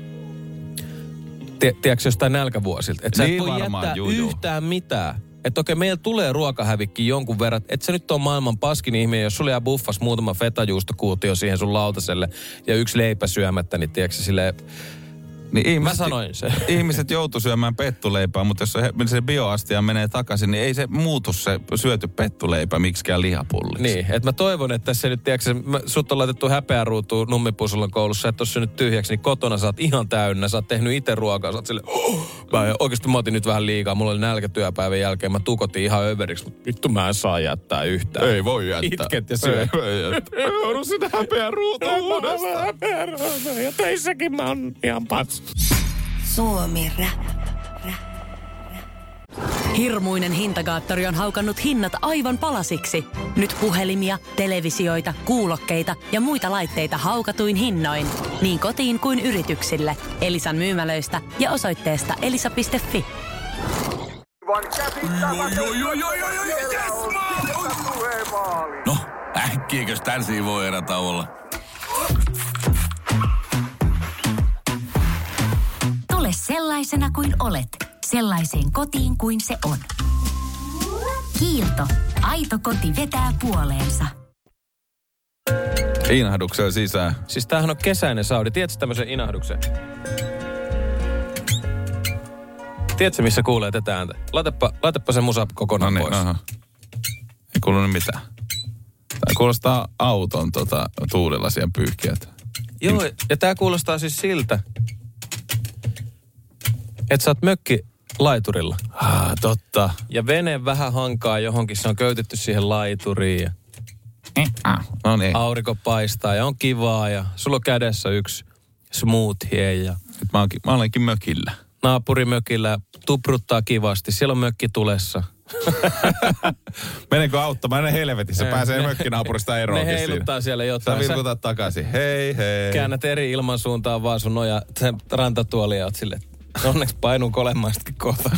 Tiedätkö jostain nälkävuosilta? Että sä et niin voi varmaan, jättää juu, juu. yhtään mitään. Että okei, meillä tulee ruokahävikki jonkun verran. Että se nyt on maailman paskin ihminen, jos sulla jää buffas muutama fetajuustokuutio siihen sun lautaselle ja yksi leipä syömättä, niin tiedätkö silleen... Niin ihmiset, Mä sanoin sen. Ihmiset joutuu syömään pettuleipää, mutta jos se, se bioastia menee takaisin, niin ei se muutu se syöty pettuleipä miksikään lihapulliksi. Niin, että mä toivon, että se nyt, tiedätkö, mä, sut on laitettu häpeän ruutuun Nummipusulan koulussa, että jos se nyt tyhjäksi, niin kotona sä oot ihan täynnä, sä oot tehnyt itse ruokaa, sä oot silleen, oh, mä oikeasti mä otin nyt vähän liikaa, mulla oli nälkä työpäivän jälkeen, mä tukotin ihan överiksi, mutta vittu mä en saa jättää yhtään. Ei voi jättää. Itket ja syöt. Ei, ei jättää. Mä joudun sitä häpeän ruutuun uudestaan. Häpeän ruutuun, ja töissäkin mä oon ihan pats. Suomi Rap. Hirmuinen hintakaattori on haukannut hinnat aivan palasiksi. Nyt puhelimia, televisioita, kuulokkeita ja muita laitteita haukatuin hinnoin. Niin kotiin kuin yrityksille. Elisan myymälöistä ja osoitteesta elisa piste fi. No, äkkiäkös tän voi erätä olla? Tule sellaisena kuin olet, sellaiseen kotiin kuin se on. Kiilto. Aito koti vetää puoleensa. Inahduksella sisään. Siis tämähän on kesäinen saudi. Tiedätkö tämmöisen inahduksen? Tiedätkö, missä kuulee tätä ääntä? Laitapa, laitapa se musa kokonaan No niin, pois. aha. Ei kuulunut mitään. Tämä kuulostaa auton tota, tuulilasien pyyhkiältä. Joo, ja tää kuulostaa siis siltä, että sä oot mökki laiturilla. Ah, totta. Ja vene vähän hankaa johonkin, se on köytetty siihen laituriin. Ja No niin. aurinko paistaa ja on kivaa ja sulla on kädessä yksi smoothie ja Nyt mä, oonkin, mä olenkin mökillä. naapurimökillä tupruttaa kivasti. Siellä on mökki tulessa. Meneekö auttamaan? Ne helvetissä. Ne, Pääsee ne, mökkinaapurista eroonkin Ne heiluttaa siinä. siellä jotain. Sä vilkutat takaisin. Hei, hei. Käännät eri ilmansuuntaan vaan sun noja rantatuoli ja oot silleen, onneksi painun kolemmaistakin kohta.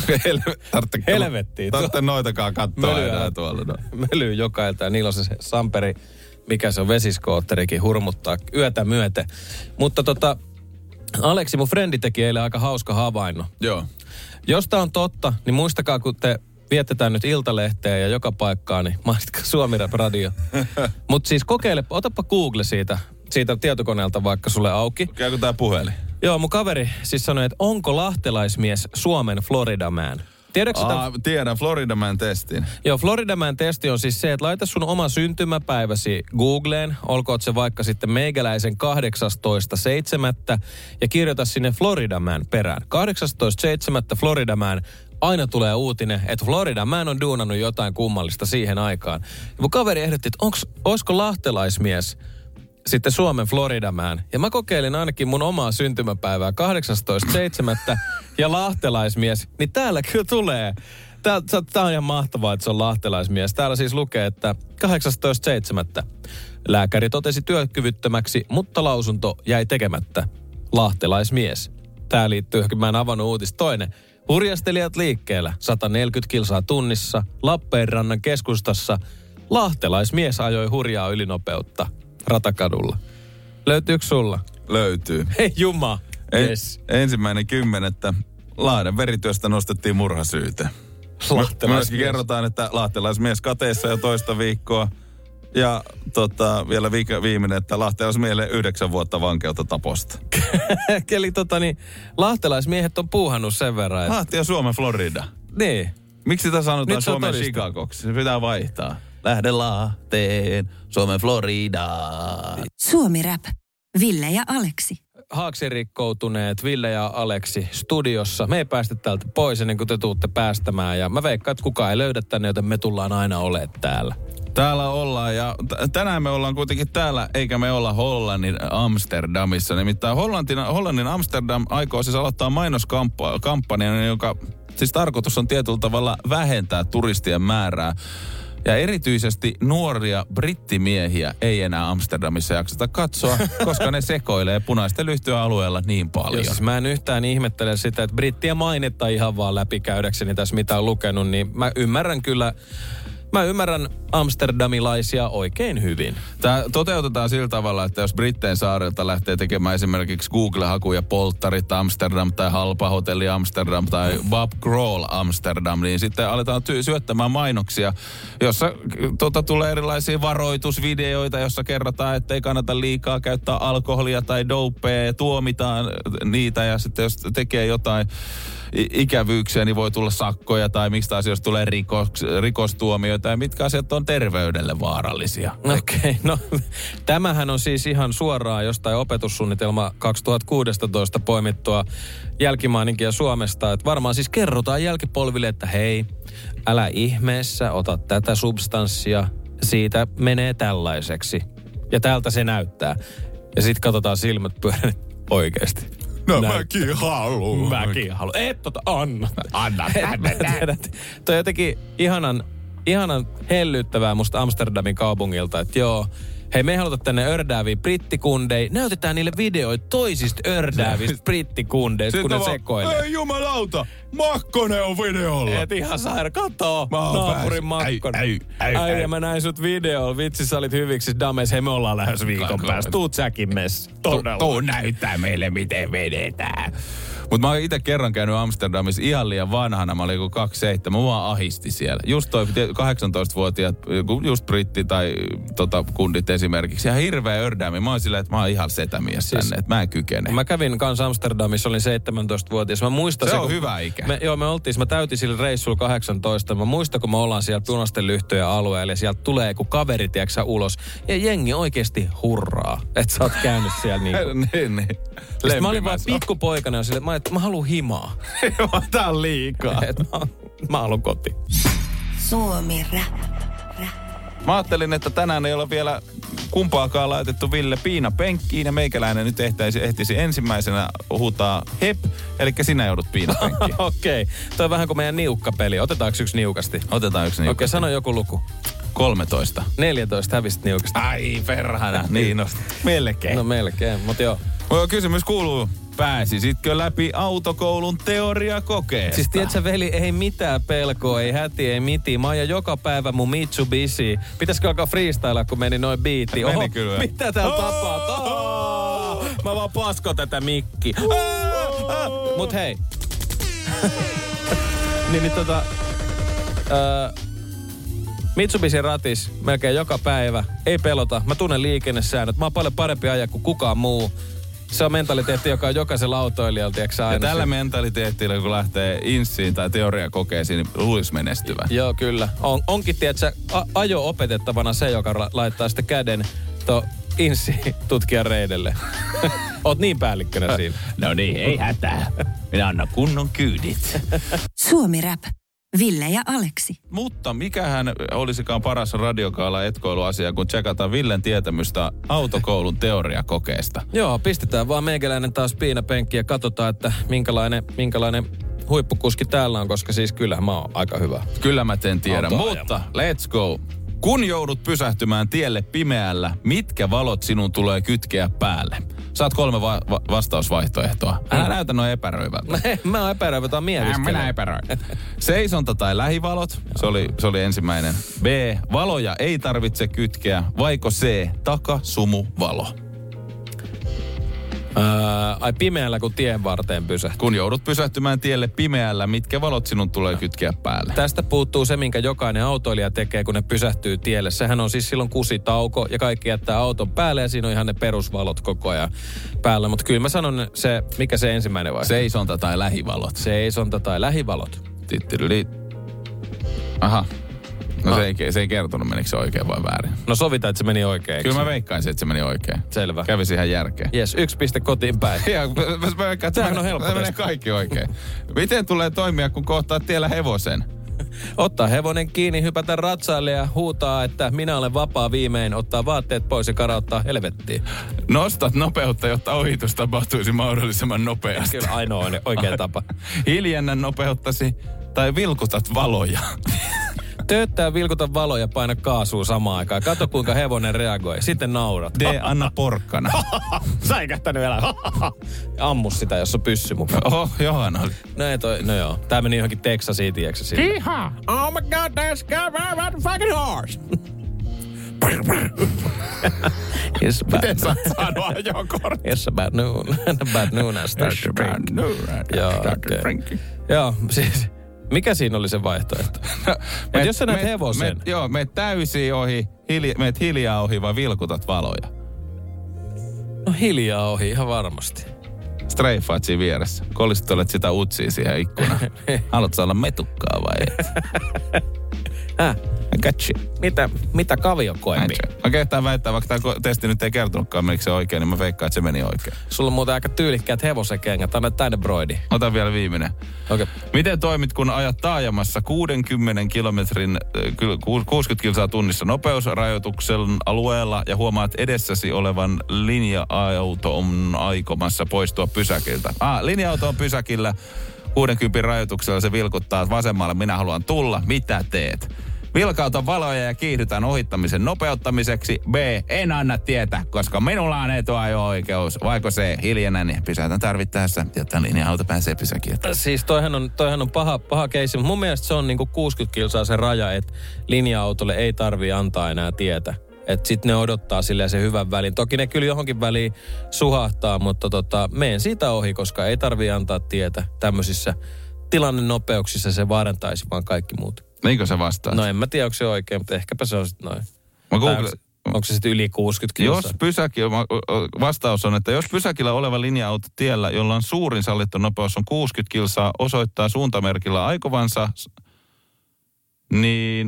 Helvettiin. Tarvitse noitakaan katsoa enää tuolla. No. Mölyy jokailta ja niillä on se samperi, mikä se on, vesiskootterikin hurmuttaa yötä myöten. Mutta tota, Aleksi, mun frendi teki eilen aika hauska havainno. Joo. Jos tää on totta, niin muistakaa, kun te vietetään nyt Iltalehteä ja joka paikkaa, niin mainitkaa Suomi Rap Radio. Mutta siis kokeile, otapa Google siitä, siitä tietokoneelta vaikka sulle auki. Käykö tää puhelin? Joo, mun kaveri siis sanoi, että onko lahtelaismies Suomen Florida Man? Tiedätkö sitä? Aa, tiedän, Florida Man testin. Joo, Florida Man testi on siis se, että laita sun oma syntymäpäiväsi Googleen, olkoon se vaikka sitten meikäläisen kahdeksastoista seitsemättä ja kirjoita sinne Florida Man perään. kahdeksastoista seitsemättä Florida Man, aina tulee uutinen, että Florida Man on duunannut jotain kummallista siihen aikaan. Ja mun kaveri ehdotti, että onks, olisiko lahtelaismies sitten Suomen Florida Man. Ja mä kokeilin ainakin mun omaa syntymäpäivää kahdeksastoista seitsemättä ja lahtelaismies. Niin täällä kyllä tulee. Tää, tää on ihan mahtavaa, että se on lahtelaismies. Täällä siis lukee, että kahdeksastoista seitsemättä lääkäri totesi työkyvyttömäksi, mutta lausunto jäi tekemättä. Lahtelaismies. Tää liittyy, mä en avannut uutis. Toinen. Hurjastelijat liikkeellä. sata neljäkymmentä kilsaa tunnissa. Lappeenrannan keskustassa. Lahtelaismies ajoi hurjaa ylinopeutta ratakadulla. Löytyykö sulla? Löytyy. Hei juma. En, Yes. Ensimmäinen kymmenettä Lahden verityöstä nostettiin murhasyyte. Myöskin kerrotaan, että lahtelaismies kateessa jo toista viikkoa. Ja tota, vielä viika, viimeinen, että lahtelaismiehelle yhdeksän vuotta vankeutta taposta. Eli tota niin, lahtelaismiehet on puuhannut sen verran. Että... Lahti ja Suomen Florida. Niin. Miksi sitä sanotaan Nyt se on Suomen todista. Chicagoksi? Se pitää vaihtaa. Lähde Lahteen, Suomen Floridaan. Suomi Rap. Ville ja Aleksi. Haaksi rikkoutuneet Ville ja Aleksi studiossa. Me ei päästä täältä pois ennen kuin te tuutte päästämään. Ja mä veikkaan, että kukaan ei löydä tänne, joten me tullaan aina olemaan täällä. Täällä ollaan ja t- tänään me ollaan kuitenkin täällä, eikä me olla Hollannin Amsterdamissa. Nimittäin Hollantin, Hollannin Amsterdam aikoo siis aloittaa mainoskampanjan, joka siis tarkoitus on tietyllä tavalla vähentää turistien määrää. Ja erityisesti nuoria brittimiehiä ei enää Amsterdamissa jakseta katsoa, koska ne sekoilee punaisten lyhtyalueella niin paljon. Jos siis mä en yhtään ihmettele sitä, että brittien mainetta ihan vaan läpikäydäkseni tässä mitä on lukenut, niin mä ymmärrän kyllä, mä ymmärrän amsterdamilaisia oikein hyvin. Tämä toteutetaan sillä tavalla, että jos Brittein saarelta lähtee tekemään esimerkiksi Google-hakuja Polttarit Amsterdam tai Halpa Hotelli Amsterdam tai Bob Grohl Amsterdam, niin sitten aletaan ty- syöttämään mainoksia, jossa tota, tulee erilaisia varoitusvideoita, jossa kerrotaan, että ei kannata liikaa käyttää alkoholia tai dopea ja tuomitaan niitä ja sitten jos tekee jotain ikävyyksiä, niin voi tulla sakkoja tai miksi taas jos tulee rikos, rikostuomioita ja mitkä asiat on terveydelle vaarallisia. Okei, okay, no tämähän on siis ihan suoraan jostain opetussuunnitelma kaksituhattakuusitoista poimittua jälkimaininkia Suomesta. Että varmaan siis kerrotaan jälkipolville, että hei, älä ihmeessä ota tätä substanssia, siitä menee tällaiseksi. Ja tältä se näyttää. Ja sitten katsotaan silmät pyörät oikeasti. No Näyttää. mäkin haluan. Mäkin haluan. Et tota, anna. Anna tänne. Toi jotenkin ihanan, ihanan hellyttävää musta Amsterdamin kaupungilta, että joo, hei me ei haluta tänne ördääviä brittikundei. Näytetään niille videoita toisista ördäävistä brittikundeista, kun ne sekoilee. Ei jumalauta, Makkonen on videolla. Et ihan saira, katoo, Mä naapurin Makkonen. Äi, äi, äi, Äijä, mä näin sut videolla. Vitsi, sä olit hyviksi dames. Hei, me ollaan lähes viikon päästä. Tuut säkin mess. Todella. Tuu näyttää meille, miten vedetään. Mutta mä oon itse kerran käynyt Amsterdamissa ihan liian vanhana. Mä olin joku kaksikymmentäseitsemän. Mä vaan ahisti siellä. Just toi kahdeksantoistavuotiaat, just britti tai tota, kundit esimerkiksi. Ja hirveä ördäämi. Mä oon silleen, että mä oon ihan setämies siis, tänne, että mä en kykene. Mä kävin kanssa Amsterdamissa, olin seitsemäntoistavuotias. Mä muistan se, se on kun, hyvä ikä. Me, joo, me oltiin, mä täytin sillä reissulla kahdeksantoista. Mä muistan, kun me ollaan siellä punaisten lyhtöjen alueella ja sieltä tulee joku kaveri, tiiäksä, ulos. Ja jengi oikeesti hurraa, että sä oot käynyt siellä niinku. niin, niin. Sitten mä olin vaan pikkupoikana ja silleen, että mä, mä haluun himaa. Tää on liikaa. Et mä, mä haluun kotiin. Suomi Rap. Rap. Mä ajattelin, että tänään ei ole vielä kumpaakaan laitettu Ville Piina penkkiin ja meikäläinen nyt ehtäisi, ehtisi ensimmäisenä huutaa hep, eli sinä joudut Piina penkkiin. Okei, okay. Toi on vähän kuin meidän niukkapeli. Otetaanko yksi niukasti? Otetaan yksi niukasti. Okei, okay, sano joku luku. kolmetoista. neljätoista hävisit niukasti. Ai perhana, niin no, melkein. No melkein, mutta joo. Kysymys kuuluu, pääsisitkö läpi autokoulun teoriakokeesta? Siis tiedätkö veli, ei mitään pelkoa, ei häti, ei miti. Mä ajan joka päivä mun Mitsubishi. Pitäisikö alkaa freestylaa, kun meni noin biitti? Meni Oho, kyllä. mitä täällä tapahtuu? Mä vaan pasko tätä mikki. Mut hei. niin, niin tota... Öö, Mitsubishi ratis melkein joka päivä. Ei pelota. Mä tunnen liikennesäännöt. Mä oon paljon parempi ajaa kuin kukaan muu. Se on mentaliteetti, joka on jokaisella autoilijalta, eikö aina? Ja tällä mentaliteettillä, kun lähtee inssiin tai teoriakokeisiin, niin luulisi menestyvän. Joo, kyllä. On, onkin, tiedätkö, a- ajo-opetettavana se, joka ra- laittaa sitten käden to inssi-tutkijan reidelle. Oot niin päällikkönä siinä. No niin, ei hätää. Minä annan kunnon kyydit. Suomi Rap. Ville ja Aleksi. Mutta mikähän olisikaan paras radiokaala etkoiluasia, kun tsekataan Villen tietämystä autokoulun teoriakokeesta. Joo, pistetään vaan meikäläinen taas piinapenkki ja katsotaan, että minkälainen, minkälainen huippukuski täällä on, koska siis kyllähän mä oon aika hyvä. Kyllä mä en tiedä, Autoa mutta let's go. Kun joudut pysähtymään tielle pimeällä, mitkä valot sinun tulee kytkeä päälle? Saat kolme va- va- vastausvaihtoehtoa. Älä näytä noin epäröivältä. Mä oon epäröivä, tää on mietiskellä. Minä epäröin. Seisonta tai lähivalot, se oli, se oli ensimmäinen. B, valoja ei tarvitse kytkeä. Vaiko C, takasumuvalo? Öö, ai pimeällä kun tien varteen pysähtyy. Kun joudut pysähtymään tielle pimeällä, mitkä valot sinun tulee kytkeä päälle? Tästä puuttuu se, minkä jokainen autoilija tekee, kun ne pysähtyy tielle. Sehän on siis silloin kusitauko ja kaikki jättää auton päälle ja siinä on ihan ne perusvalot koko ajan päällä. Mutta kyllä mä sanon se, mikä se ensimmäinen vai? Seisonta tai lähivalot. Seisonta tai lähivalot. Tittelyli. Aha. No, no. Se, ei, se ei kertonut, menikö se oikein vai väärin. No sovitaan, että se meni oikein. Kyllä mä veikkaisin, että se meni oikein. Selvä. Kävisi ihan järkeä. Jes, yksi piste kotiin päin. Ja, mä, mä veikkaan, että Sehän on helppo. Se menee kaikki oikein. Miten tulee toimia, kun kohtaat tiellä hevosen? Ottaa hevonen kiinni, hypätä ratsaille ja huutaa, että minä olen vapaa viimein. Ottaa vaatteet pois ja karauttaa helvettiin. Nostat nopeutta, jotta ohitus tapahtuisi mahdollisimman nopeasti. Kyllä ainoa oikea tapa. Hiljennä nopeuttasi tai vilkutat valoja. Tööttää, vilkuta valoja ja paina kaasua samaan aikaan. Kato kuinka hevonen reagoi. Sitten naurat. D, anna porkkana. Säikähtänyt vielä. Ammu sitä, jos on pyssy mukaan. Oho, Johan oli. No, ei toi, no joo. Tää meni johonkin Texasiin, tiedätkö sille? Iha! Oh my god, that's a fucking horse! It's bad. Miten sä oot saanut ajokortti? It's a bad noon. A bad noon I start to drink. Joo, okei. Joo, siis... Mikä siinä oli se vaihtoehto? No, met, jos sä näet met, hevosen... Met, joo, meet täysin ohi, hilja, meet hiljaa ohi vai vilkutat valoja? No hiljaa ohi, ihan varmasti. Streifaat siinä vieressä. Kolistelet sitä utsia siihen ikkunaan. Haluatko olla metukkaa vai et? Häh? I got you. Mitä, mitä kaviokoimia? Mä kehtaan väittää, vaikka tämä testi nyt ei kertonutkaan, menikö se oikein, niin mä veikkaan, että se meni oikein. Sulla on muuten aika tyylikkäät hevosenkengät. Anna tänne broidi. Ota vielä viimeinen. Okay. Miten toimit, kun ajat taajamassa kuudenkymmenen kilometrin, kuusikymmentä kilsaa tunnissa nopeusrajoituksen alueella ja huomaat edessäsi olevan linja-auto on aikomassa poistua pysäkiltä? Ah, linja-auto on pysäkillä. kuudenkymmenen rajoituksella se vilkuttaa vasemmalle, minä haluan tulla. Mitä teet? Vilkauta valoja ja kiihdytään ohittamisen nopeuttamiseksi. B. En anna tietä, koska minulla on etuajo-oikeus. Vaiko C. Hiljennän ja pysäytän tarvittaessa, jotta linja-auto pääsee pysäkiltä. Siis toihan on, toihan on paha, paha keissi. Mun mielestä se on niinku kuusikymmentä kilsaa se raja, että linja-autolle ei tarvii antaa enää tietä. Että sit ne odottaa silleen se hyvän välin. Toki ne kyllä johonkin väliin suhahtaa, mutta tota, meen siitä ohi, koska ei tarvii antaa tietä tämmöisissä tilannenopeuksissa. Se vaarantaisi vaan kaikki muut. Niinkö se vastaa? No en mä tiedä, onko se oikein, mutta ehkäpä se on sitten noin. Google... Onko se sitten yli kuusikymmentä kilsaa? Jos pysäki, vastaus on, että jos pysäkillä oleva linja-auto tiellä, jolla on suurin sallittu nopeus on kuusikymmentä kilsaa, osoittaa suuntamerkillä aikovansa, niin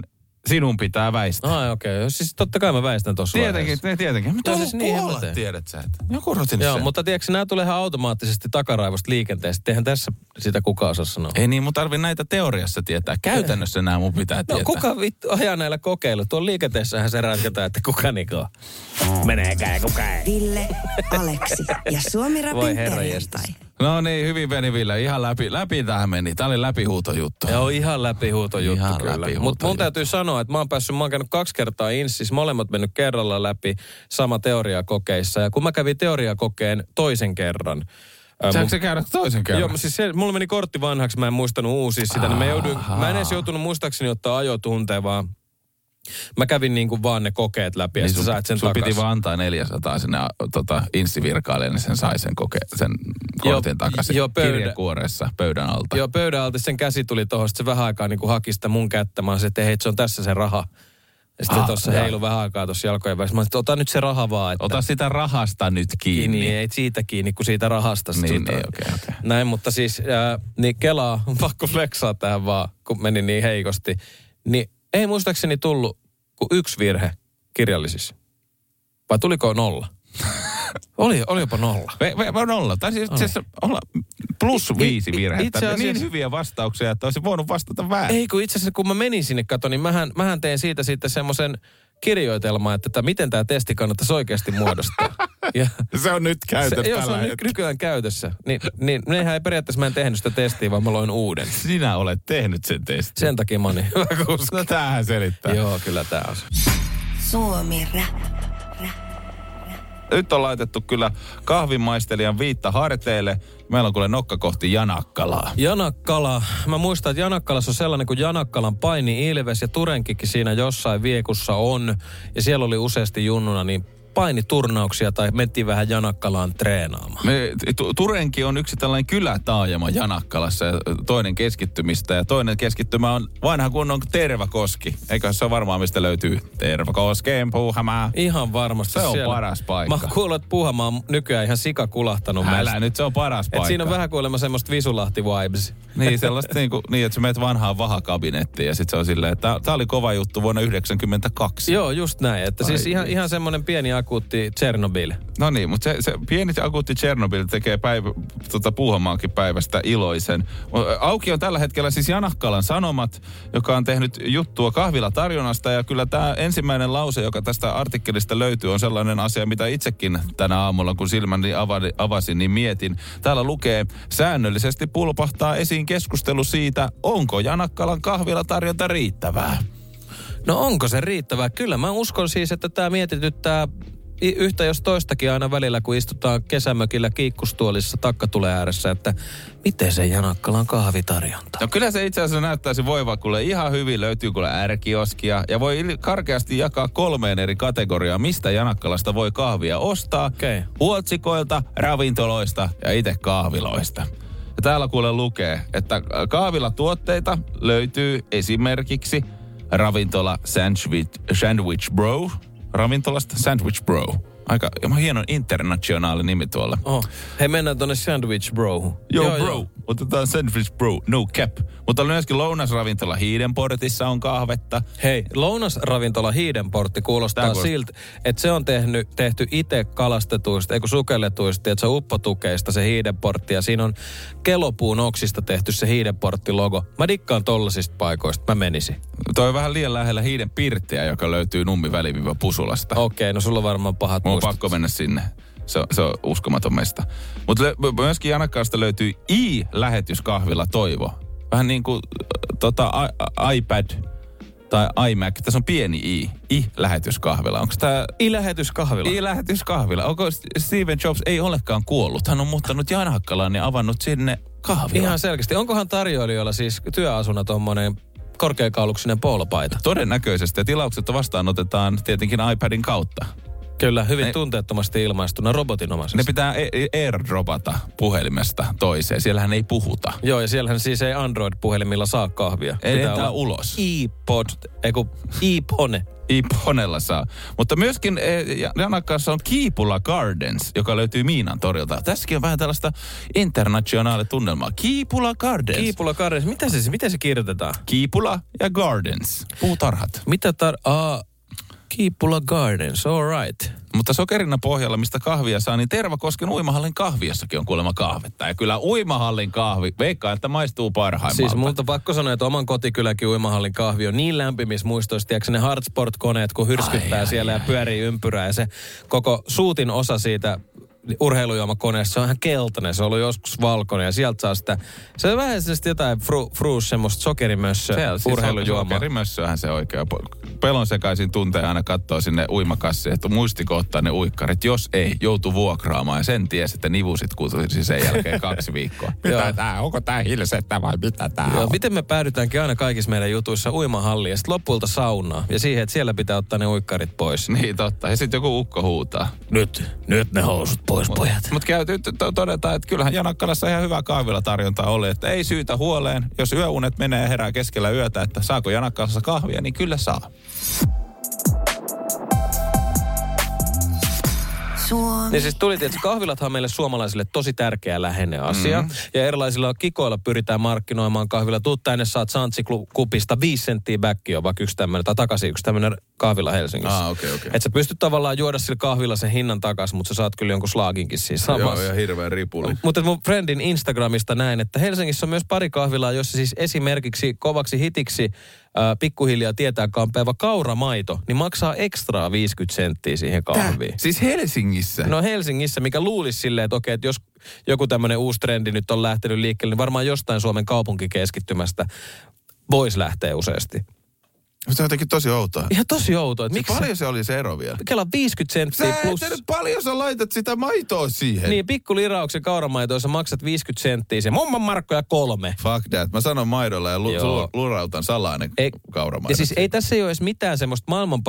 sinun pitää väistää. Ai okei, okay. Siis totta kai mä väistän tossa Tietenkin, ne tietenkin. Mutta no, siis siis niin kuolla, tiedät sä, että joku rotin Joo, sen. mutta tiedätkö, nämä tulee ihan automaattisesti takaraivosta liikenteestä. Eihän tässä sitä kukaan osaa sanoa. Ei niin, mun tarvii näitä teoriassa tietää. Käytännössä nämä mun pitää tietää. No kuka vittu ajaa näillä kokeilu? Tuolla liikenteessähän se ratketaan, että kuka niinku meneekään kukaan. Ville, Aleksi ja Suomi Rapin Voi herra perjantai. jestas. No niin, hyvin meni Ville. Ihan läpi, läpi tähän meni. Tää oli läpihuutojuttu. Joo, ihan läpihuutojuttu Ihan kyllä. läpihuutojuttu. Mutta mun täytyy sanoa, että mä oon päässyt, mä oon käynyt kaksi kertaa Inssis, molemmat mennyt kerralla läpi sama teoriakokeissa. Ja kun mä kävin teoriakokeen toisen kerran. Saanko se käydä toisen kerran? Joo, siis se, mulla meni kortti vanhaksi, mä en muistanut uusia sitä. Niin mä, jouduin, mä en edes joutunut muistaakseni ottaa ajotunteen, vaan mä kävin niin kuin vaan ne kokeet läpi ja niin sä sait sen sun takaisin. piti vaan antaa neljäsataa sinne tota, inssivirkailijalle, niin sen sai sen, koke, sen kortin Joo, takaisin. joo, pöydä- Kirjekuoressa pöydän alta. Joo, pöydän alta sen käsi tuli tohon, sit se vähän aikaa niin kuin haki sitä mun kättä. Mä sanoin, että hei, se on tässä se raha. Ja sitten Ah, tuossa joo. heilu vähän aikaa tuossa jalkojen välissä. Mä sanoin, että ota nyt se raha vaan. Että Ota sitä rahasta nyt kiinni. Niin, ei siitä kiinni kuin siitä rahasta. Niin, Sulta- niin, okei, okei. Näin, mutta siis, ää, niin Kelaa, pakko flexaa tähän vaan, kun meni niin heikosti. Niin ei muistaakseni tullut kuin yksi virhe kirjallisissa. Vai tuliko nolla? Oli, oli jopa nolla. Ve, ve, voi nolla. Tai siis, siis olla plus viisi I- i- virhettä. itse asiassa- Niin hyviä vastauksia, että olisi voinut vastata väärin. Ei, kun itse asiassa kun mä menin sinne, kato, niin mähän, mähän tein siitä sitten semmoisen kirjoitelman, että, että miten tämä testi kannattaisi oikeasti muodostaa. Ja Se on nyt käytössä se, joo, se tällä on ny- hetkellä. nykyään käytössä. Niin, niin nehän ei periaatteessa, mä en tehnyt sitä testiä, vaan mä loin uuden. Sinä olet tehnyt sen testin. Sen takia mä oon niin hyvä kuski. No tämähän selittää. Joo, kyllä tää on. Suomi Rap. Nyt on laitettu kyllä kahvinmaistelijan viitta harteille. Meillä on kuule nokka kohti Janakkalaa. Janakkala. Mä muistan, että Janakkalassa on sellainen kuin Janakkalan paini-ilves ja Turenkikin siinä jossain viekussa on. Ja siellä oli useasti junnuna niin painiturnauksia tai mentiin vähän Janakkalaan treenaamaan. Me, tu, Turenki on yksi tällainen kylätaajama Janakkalassa ja toinen keskittymistä. Ja toinen keskittymä on vanha kunnon Tervakoski. Eikö se ole varmaan mistä löytyy Tervakoskeen Puuhamaa? Ihan varmasti Se on siellä. paras paikka. Mä oon kuullut, että Puuhamaa on nykyään ihan sika kulahtanut. Älä meistä. nyt, se on paras paikka. Et siinä on vähän kuulemma semmoista Visulahti-vibes. Niin, sellaista niin, kuin, niin, että sä menet vanhaan vahakabinettiin ja sit se on silleen, että tää oli kova juttu vuonna yhdeksänkymmentäkaksi. Joo, just näin. Että Ai siis ihan, niin. ihan semmoinen pieni akuutti Tsernobyl. No niin, mutta se, se pieni akuutti Tchernobyl tekee päivä, tota Puuhamaankin päivästä iloisen. Auki on tällä hetkellä siis Janakkalan Sanomat, joka on tehnyt juttua kahvilatarjonnasta. Ja kyllä tämä ensimmäinen lause, joka tästä artikkelista löytyy, on sellainen asia, mitä itsekin tänä aamulla, kun silmäni avasin, niin mietin. Täällä lukee, säännöllisesti pulpahtaa esiin keskustelu siitä, onko Janakkalan kahvilatarjonta riittävää. No onko se riittävää? Kyllä mä uskon siis, että tämä mietityttää i- yhtä jos toistakin aina välillä, kun istutaan kesämökillä kiikkustuolissa takkatule ääressä, että miten se Janakkalan kahvitarjonta? No kyllä se itse asiassa näyttäisi voiva, kuule ihan hyvin löytyy kuule ärkioskia ja voi karkeasti jakaa kolmeen eri kategoriaan, mistä Janakkalasta voi kahvia ostaa. Okei. Huotsikoilta, ravintoloista ja itse kahviloista. Ja täällä kuule lukee, että kahvilatuotteita löytyy esimerkiksi ravintola Sandwich, Sandwich Bro, ravintolasta Sandwich Bro. Aika hienon internationaali nimi tuolla. Oh. Hei, mennään tonne Sandwich Brohun. Joo, bro. Joo. Otetaan Sandwich Bro, no cap. Mutta on myöskin lounasravintola Hiidenportissa on kahvetta. Hei, lounasravintola Hiidenportti kuulostaa Tää siltä, että se on tehnyt, tehty itse kalastetuista, eikö sukelletuista, että se uppotukeista se Hiidenportti. Ja siinä on kelopuun oksista tehty se Hiidenportti-logo. Mä dikkaan tollasista paikoista, mä menisin. Toi on vähän liian lähellä Hiiden pirttiä, joka löytyy Nummi väliviiva Pusulasta. Okei, no sulla on varmaan pahat Mun on muistot. pakko mennä sinne. Se on, se on uskomaton mesta. Mutta myöskin Janakkalasta löytyy i-lähetyskahvila Toivo. Vähän niin kuin tota, I- iPad tai iMac. Tässä on pieni i. I-lähetyskahvila. Onko tämä I-lähetyskahvila. I-lähetyskahvila? Onko Steve Jobs ei olekaan kuollut? Hän on muuttanut Janakkalaan ja avannut sinne kahvilaan. Ihan selkeästi. Onkohan tarjoilijoilla siis työasuna tommonen korkeakauluksinen poolopaita? Todennäköisesti. Ja tilaukset vastaanotetaan tietenkin iPadin kautta. Kyllä, hyvin ne, tunteettomasti ilmaistuna robotinomaisesti. Ne pitää airdropata puhelimesta toiseen. Siellähän ei puhuta. Joo, ja siellähän siis ei Android-puhelimilla saa kahvia. Ei pitää olla ulos. iPod, eiku iPhone. iPhonella saa. Mutta myöskin Janakassa on Kiipula Gardens, joka löytyy Miinan torilta. Tässäkin on vähän tällaista internationaalia tunnelmaa. Kiipula Gardens. Kiipula Gardens. Mitä se, miten se kirjoitetaan? Kiipula ja Gardens. Puutarhat. Mitä tar... Aa, Kiipula Gardens, all right. Mutta sokerina pohjalla, mistä kahvia saa, niin Tervakosken uimahallin kahviossakin on kuulemma kahvetta. Ja kyllä uimahallin kahvi, veikkaa, että maistuu parhaimmalta. Siis multa pakko sanoa, että oman kotikyläkin uimahallin kahvi on niin lämpimissä muistoissa, tiedätkö ne Hardsport-koneet, kun hyrskyttää ai, siellä ai, ja pyörii ympyrää. Ja se koko suutin osa siitä urheilujuomakoneesta, se on ihan keltainen, se on ollut joskus valkoinen ja sieltä saa sitä, se on vähän sellaista jotain fru, fruus, semmoista sokerimössöä, urheilujuomaa. Sokerimössöähän se oikein. Pelon sekaisin tuntee aina katsoo sinne uimakassiin, että muistiko ottaa ne uikkarit. Jos ei, joutu vuokraamaan ja sen ties, että nivusit kutuisi sen jälkeen kaksi viikkoa. Mitä tää, onko tää hilsettä vai mitä tää on? Miten me päädytäänkin aina kaikissa meidän jutuissa uimahalliin ja sitten lopulta saunaa ja siihen, että siellä pitää ottaa ne uikkarit pois. Niin totta. Ja sitten joku ukko huutaa. Nyt, nyt ne housut pois, mut, pojat. Mutta käyty todetaan, että kyllähän Janakkalassa ihan hyvä kahvilatarjonta oli, että ei syytä huoleen. Jos yöunet menee ja herää keskellä yötä, että saako Janakkalassa kahvia, niin kyllä saa. Suomi. Niin siis tuli, että kahvilathan on meille suomalaisille tosi tärkeä läheinen asia. Mm. Ja erilaisilla kikoilla pyritään markkinoimaan kahvilla. Tuu tänne, saat Santsi-kupista viisi senttiä backia, vaikka yksi tämmöinen, tai takaisin yksi tämmöinen kahvila Helsingissä. Ah, okei, okay, okei. Okay. Että sä pystyt tavallaan juoda sillä kahvilla sen hinnan takaisin, mutta sä saat kyllä jonkun slaaginkin siis samassa. Joo, ja hirveän ripuli. Mutta mun friendin Instagramista näin, että Helsingissä on myös pari kahvilaa, jossa siis esimerkiksi kovaksi hitiksi Äh, pikkuhiljaa tietää kampeava kauramaito, niin maksaa ekstraa viisikymmentä senttiä siihen kahviin. Tää? Siis Helsingissä? No Helsingissä, mikä luulisi silleen, että okei, että jos joku tämmöinen uusi trendi nyt on lähtenyt liikkeelle, niin varmaan jostain Suomen kaupunkikeskittymästä voisi lähteä useasti. Se on jotenkin tosi outoa. Ihan tosi outoa. Miksi paljon se oli se ero vielä? Kela viisikymmentä senttiä sä plus... Sä et nyt paljon sä laitat sitä maitoa siihen. Niin, pikkulirauksen kauramaitoa sä maksat viisikymmentä senttiä. Se mumman markkoja kolme. Fuck that. Mä sanon maidolla ja lu- lurautan salainen ei, kauramaito. Ja siis ei tässä ei ole edes mitään semmoista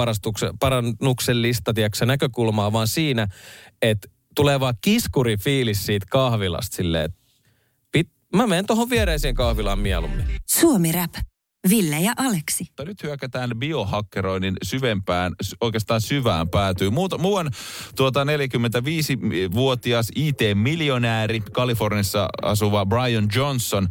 maailmanparannuksellista tiiäksä, näkökulmaa, vaan siinä, että tulee vaan kiskuri fiilis siitä kahvilasta silleen, että pit, mä menen tohon viereiseen kahvilaan mieluummin. Suomi Rap. Ville ja Aleksi. Nyt hyökätään biohakkeroinnin syvempään, oikeastaan syvään päätyy. Muuta, muuan tuota neljäkymmentäviisivuotias I T-miljonääri, Kaliforniassa asuva Brian Johnson,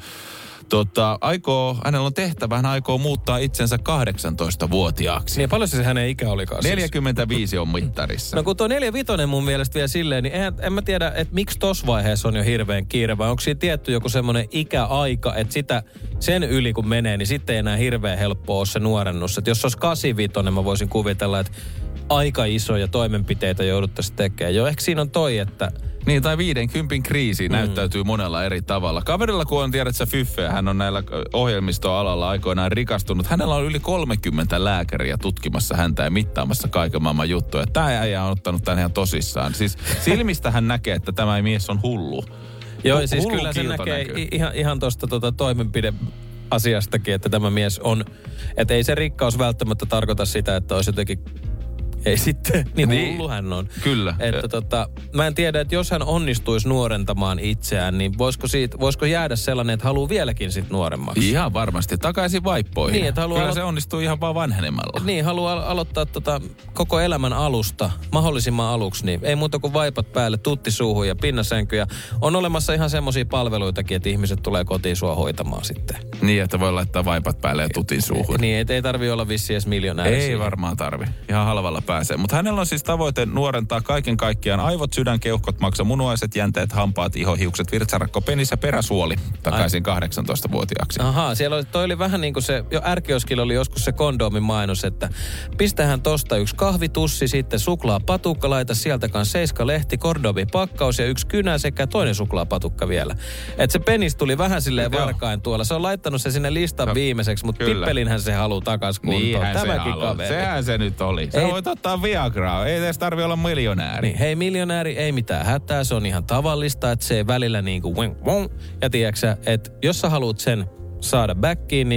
Tota, aikoo, hänellä on tehtävä, hän aikoo muuttaa itsensä kahdeksantoistavuotiaaksi. Niin paljon se hänen ikä olikaan siis? neljäkymmentäviisi on mittarissa. No kun tuo neljävitonen mun mielestä vielä silleen, niin en, en mä tiedä, että miksi tossa vaiheessa on jo hirveän kiire, vai onko siinä tietty joku semmoinen ikäaika, että sitä sen yli kun menee, niin sitten ei enää hirveän helppoa ole se nuorennus. Että jos olisi kahdeksankymmentäviisi, mä voisin kuvitella, että aika isoja toimenpiteitä jouduttaisiin tekemään. Jo ehkä siinä on toi, että... Niin, tai viidenkympin kriisi mm. näyttäytyy monella eri tavalla. Kaverilla, kun on, tiedät sä, Fyffeä, hän on näillä ohjelmistoalalla aikoinaan rikastunut. Hänellä on yli kolmekymmentä lääkäriä tutkimassa häntä ja mittaamassa kaiken maailman juttuja. Tämä äijä on ottanut tämän ihan tosissaan. Siis silmistä hän näkee, että tämä mies on hullu. Joo, ja siis kyllä se näkee näkyy. ihan, ihan tuosta tota toimenpideasiastakin, että tämä mies on... Että ei se rikkaus välttämättä tarkoita sitä, että olisi jotenkin... Ei sitten, niin, niin hullu hän on. Kyllä. Että tota, mä en tiedä, että jos hän onnistuisi nuorentamaan itseään, niin voisiko, siitä, voisiko jäädä sellainen, että haluaa vieläkin sit nuoremmaksi? Ihan varmasti. Takaisin vaippoihin. Niin, että haluaa Kyllä alo- se onnistuu ihan vaan vanhenemalla. Niin, haluaa alo- aloittaa tota koko elämän alusta, mahdollisimman aluksi. Niin ei muuta kuin vaipat päälle, tutti suuhun ja pinnasänky. Ja on olemassa ihan semmoisia palveluitakin, että ihmiset tulee kotiin sua hoitamaan sitten. Niin, että voi laittaa vaipat päälle ja tutin suuhun. Niin, et ei tarvi olla vissi edes miljonääri. Ei siihen. varmaan tarvi. Ihan halvalla pääsee. Mutta hänellä on siis tavoite nuorentaa kaiken kaikkiaan aivot, sydän, keuhkot, maksa, munuaiset, jänteet, hampaat, iho, hiukset, virtsarakko, penis ja peräsuoli takaisin kahdeksantoistavuotiaaksi. Ahaa, siellä oli, toi oli vähän niin kuin se, jo ärkioskilla oli joskus se kondoomin mainos, että pistähän tosta yksi kahvitussi, sitten suklaapatukka, laita sieltä kanssa seiska-lehti, kondoomi-pakkaus ja yksi kynä sekä toinen suklaapatukka vielä. Että se penis tuli vähän silleen varkain tuolla. Se on laittanut se sinne listan no, viimeiseksi, mutta pippelinhän se haluaa takas kuntoon. Niinhän Tämäkin se kaveri. Sehän se nyt oli. Sä ei, voit ottaa Viagraa. Ei edes tarvi olla miljonääri. Niin, hei miljonääri, ei mitään hätää. Se on ihan tavallista, että se ei välillä niin kuin... Ja tiedätkö sä, että jos sä haluat sen saada backiin, niin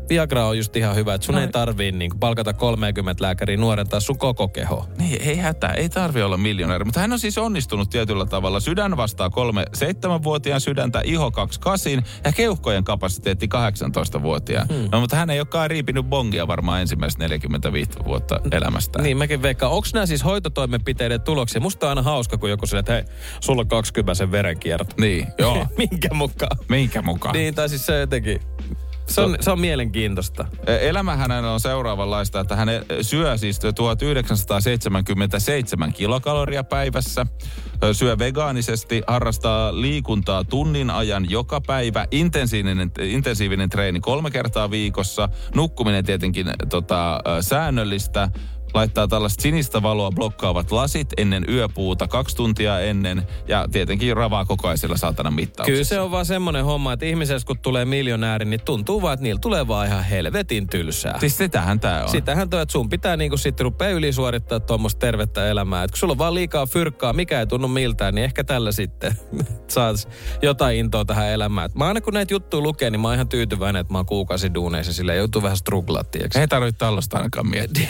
Viagra on just ihan hyvä, että sun No. ei tarvii niin palkata kolmekymmentä lääkäriä nuorentaa sun koko keho. Niin, ei hätää, ei tarvi olla miljonääri. Mutta hän on siis onnistunut tietyllä tavalla. Sydän vastaa kolme seitsemänvuotiaan sydäntä, iho kaksi kasin ja keuhkojen kapasiteetti kahdeksantoistavuotiaan. Hmm. No, mutta hän ei olekaan riipinyt bongia varmaan ensimmäistä neljäkymmentäviisi vuotta elämästään. Niin, mäkin veikkaan. Onko nämä siis hoitotoimenpiteiden tuloksia? Musta on aina hauska, kun joku sille, että hei, sulla on kaksikymmentä verenkierto. Niin, joo. Minkä mukaan? Minkä mukaan? Niin, tai siis se jotenkin... Se on, se on mielenkiintoista. Elämä hänellä on seuraavanlaista, että hän syö siis tuhatyhdeksänsataaseitsemänkymmentäseitsemän kilokaloria päivässä, syö vegaanisesti, harrastaa liikuntaa tunnin ajan joka päivä, intensiivinen, intensiivinen treeni kolme kertaa viikossa, nukkuminen tietenkin tota, säännöllistä, laittaa tällaista sinistä valoa blokkaavat lasit ennen yöpuuta kaksi tuntia ennen ja tietenkin ravaa koko ajan sillä saatana mittauksessa. Kyllä se on vaan semmoinen homma, että ihmisessä kun tulee miljonääri, niin tuntuu vaan, että niillä tulee vaan ihan helvetin tylsää. Siis sitähän tää on. Sitähän toi, että sun pitää niinku sitten rupea ylisuorittaa tuommoista tervettä elämää. Et kun sulla on vaan liikaa fyrkkaa, mikä ei tunnu miltään, niin ehkä tällä sitten saat jotain intoa tähän elämään. Et mä aina kun näitä juttuja lukee, niin mä oon ihan tyytyväinen, että mä oon kuukausi duuneissa sillä ja joutuu vähän struglaa, tiiäks? Ei tarvitse tällaista ainakaan miettiä.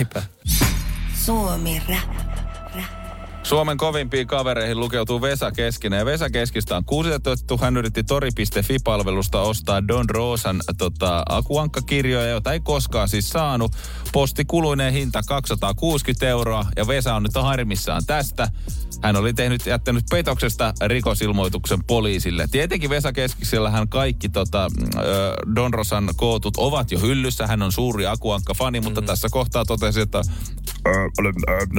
Suomi Rap. Suomen kovimpiin kavereihin lukeutuu Vesa Keskinen. Ja Vesa Keskistä on kuusitettu. Hän yritti tori piste fi-palvelusta ostaa Don Rosan tota, akuankkakirjoja, jota ei koskaan siis saanut. Postikuluinen hinta kaksisataakuusikymmentä euroa ja Vesa on nyt harmissaan tästä. Hän oli tehnyt, jättänyt petoksesta rikosilmoituksen poliisille. Tietenkin Vesa Keskisellähän kaikki tota, Don Rosan kootut ovat jo hyllyssä. Hän on suuri akuankka-fani, mutta mm-hmm. tässä kohtaa totesi, että Ö, olen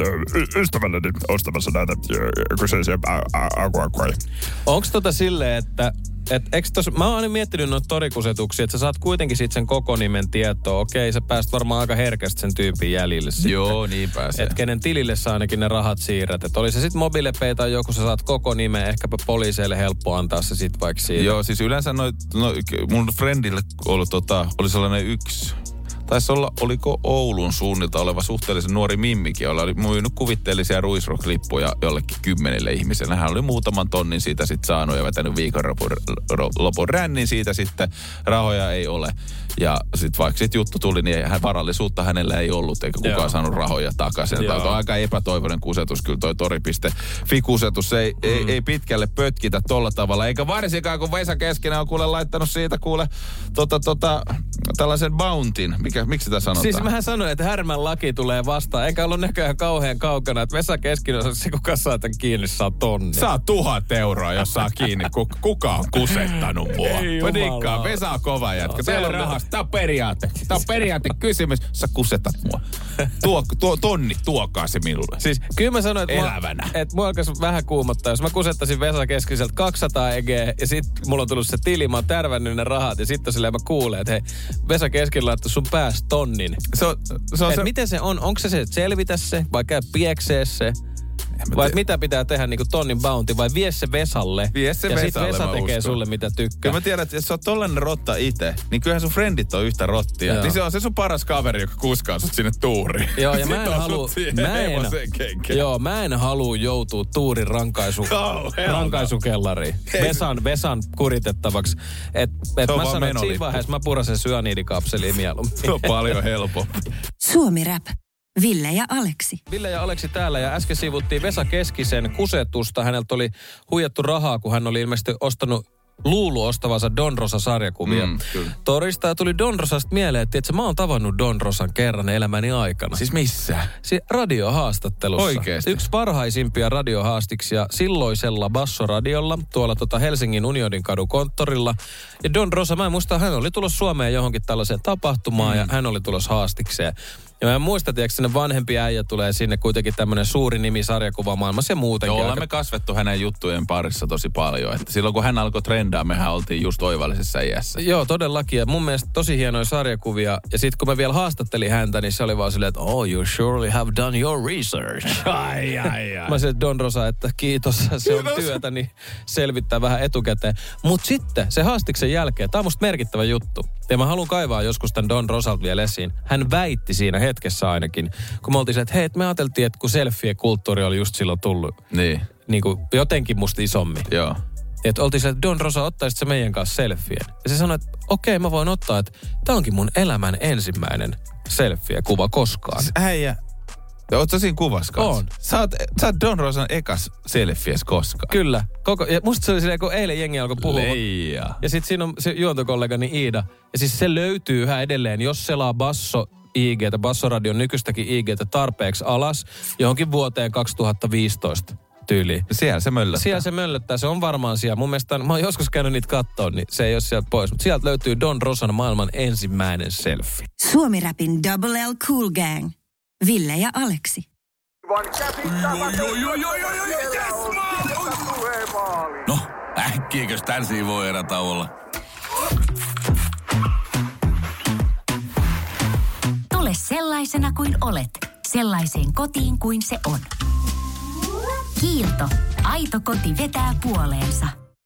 ö, ystävälleni ostamassa näitä kyseisiä akuankkoja. Onko tota silleen, että et, eikö tos, mä oon aina miettinyt noita torikusetuksia, että sä saat kuitenkin sit sen koko nimen tietoa. Okei, sä pääst varmaan aika herkästi sen tyypin jäljille sitten. joo, niin pääsee. Että kenen tilille sä ainakin ne rahat siirrät. Että oli se sitten MobilePay tai joku, sä saat koko nimen. Ehkäpä poliiseille helppo antaa se sit vaikka siitä. Joo, siis yleensä noi, no, mun friendille oli, tota, oli sellainen yksi... Taisi olla, oliko Oulun suunnilta oleva suhteellisen nuori mimmikin, jolla oli myynyt kuvitteellisia ruisrock-lippuja jollekin kymmenelle ihmiselle. Hän oli muutaman tonnin siitä sitten saanut ja vetänyt viikonlopun lopun rännin siitä sitten. Rahoja ei ole. Ja sitten vaikka sitten juttu tuli, niin hän varallisuutta hänellä ei ollut, eikä kukaan Joo. saanut rahoja takaisin. Tämä on aika epätoivoinen kusetus kyllä toi tori piste fi-kusetus. Ei, mm. ei, ei pitkälle pötkitä tolla tavalla. Eikä varsinkaan, kun Vesa Keskinen on kuule laittanut siitä kuule tota, tota, tällaisen bountin. Mikä, miksi sitä sanotaan? Siis mähän sanoin, että härmän laki tulee vastaan. Eikä ollut näköjään kauhean kaukana, että Vesa Keskinen on se, kuka saa tämän kiinni, saa tonni. Saa tuhat euroa, jos saa kiinni. Kuka on kusettanut mua? Mä dikkaan. Vesa on kova jätkä. Siellä on rahasta. Tää on periaate. Tää on periaate kysymys. Sä kusetat mua. Tuo, tuo, tonni, tuokaa se minulle. Siis kyllä mä sanoin, että Elävänä. mua, et mua alkaisi vähän kuumottaa. Jos mä kusettaisin Vesa Keskiseltä kaksisataa egeä ja sit mulla on tullut se tili, mä oon tärvännyt ne rahat ja sitten silleen mä kuulen, että hei, Vesa Keskinen laittaa sun päästä tonnin. Se on, se on Et se... miten se on? Onko se se, että selvitä se vai käy pieksee se? Vai mitä pitää tehdä niin kuin tonnin bounty vai vie se Vesalle? Vie se ja Vesalle, sit Vesa mä tekee uskon. sulle mitä tykkää. Kyllä mä tiedän, että jos sä oot tollanen rotta itse, niin kyllähän sun friendit on yhtä rottia. Joo. Niin se on se sun paras kaveri, joka kuskaa sut sinne tuuriin. Joo, ja Sit mä en on halua, sut siihen mä en, hevosen kenkään. joo, mä en halua joutua tuurin rankaisu, Oh, rankaisukellariin. Vesan, Vesan kuritettavaksi. Et, et on mä vaan sanon, että siinä menolippu. vaiheessa mä purasen syaniidikapseliin mieluummin. Se on paljon helpompi. Suomi Rap. Ville ja Aleksi. Ville ja Aleksi täällä ja äsken sivuttiin Vesa Keskisen kusetusta. Häneltä oli huijattu rahaa, kun hän oli ilmeisesti ostanut luulu ostavansa Don Rosa-sarjakuvia. Mm, kyllä. Torista tuli Don Rosasta mieleen, että tiiätkö, mä oon tavannut Don Rosan kerran elämäni aikana. Siis missä? Si- radiohaastattelussa. Oikeesti? Yksi parhaisimpia radiohaastiksia silloisella Basso-radiolla, tuolla tota Helsingin Unionin kadun konttorilla. Ja Don Rosa, mä en muista, hän oli tullut Suomeen johonkin tällaiseen tapahtumaan mm. ja hän oli tulossa haastikseen. Ja mä en muista, tiedätkö, sinne vanhempi äijä tulee sinne kuitenkin tämmöinen suuri nimi sarjakuvamaailmassa ja muutenkin. Joo, aika... olemme kasvettu hänen juttujen parissa tosi paljon. Että silloin kun hän alkoi trendaa, mehän oltiin just oivallisessa iässä. Joo, todellakin. Ja mun mielestä tosi hienoja sarjakuvia. Ja sitten kun mä vielä haastattelin häntä, niin se oli vaan silleen, että oh, you surely have done your research. Ai, ai, ai. Mä sanoin Don Rosa, että kiitos, se on työtä, niin selvittää vähän etukäteen. Mutta sitten se haastiksen jälkeen, tää on musta merkittävä juttu. Ja mä haluan kaivaa joskus tämän Don Rosalta vielä esiin. Hän väitti siinä hetkessä ainakin, kun me oltiin se, että hei, me ajateltiin, että kun selfie-kulttuuri oli just silloin tullut Niin. niin kuin jotenkin musta isommin. Joo. Että oltiin sillä, että Don Rosa, ottaisit sä meidän kanssa selfien? Ja se sanoi, että okei, okay, mä voin ottaa, että tää onkin mun elämän ensimmäinen selfie-kuva koskaan. Äijä. Oot sä siinä kuvassa kanssa? Oon. Sä oot, sä oot Don Rosan ekas selfies koskaan. Kyllä. Koko, ja musta se oli silleen, kun eilen jengi alkoi puhua. Leija. Ja sit siinä on se juontokollegani Iida. Ja siis se löytyy yhä edelleen, jos selaa Basso I G:tä, Bassoradion nykyistäkin I G:tä tarpeeksi alas, johonkin vuoteen kaksituhattaviisitoista tyyliin. Siellä se möllöttää. Siellä se möllöttää, se on varmaan siellä. Mun mielestä, mä oon joskus käynyt niitä kattoon, niin se ei ole sieltä pois. Mutta sieltä löytyy Don Rosan maailman ensimmäinen selfie. Suomi-räpin Double L Cool Gang. Ville ja Aleksi. No, äkkiäkös tän voi erätä olla? Tule sellaisena kuin olet, sellaiseen kotiin kuin se on. Kiilto. Aito koti vetää puoleensa.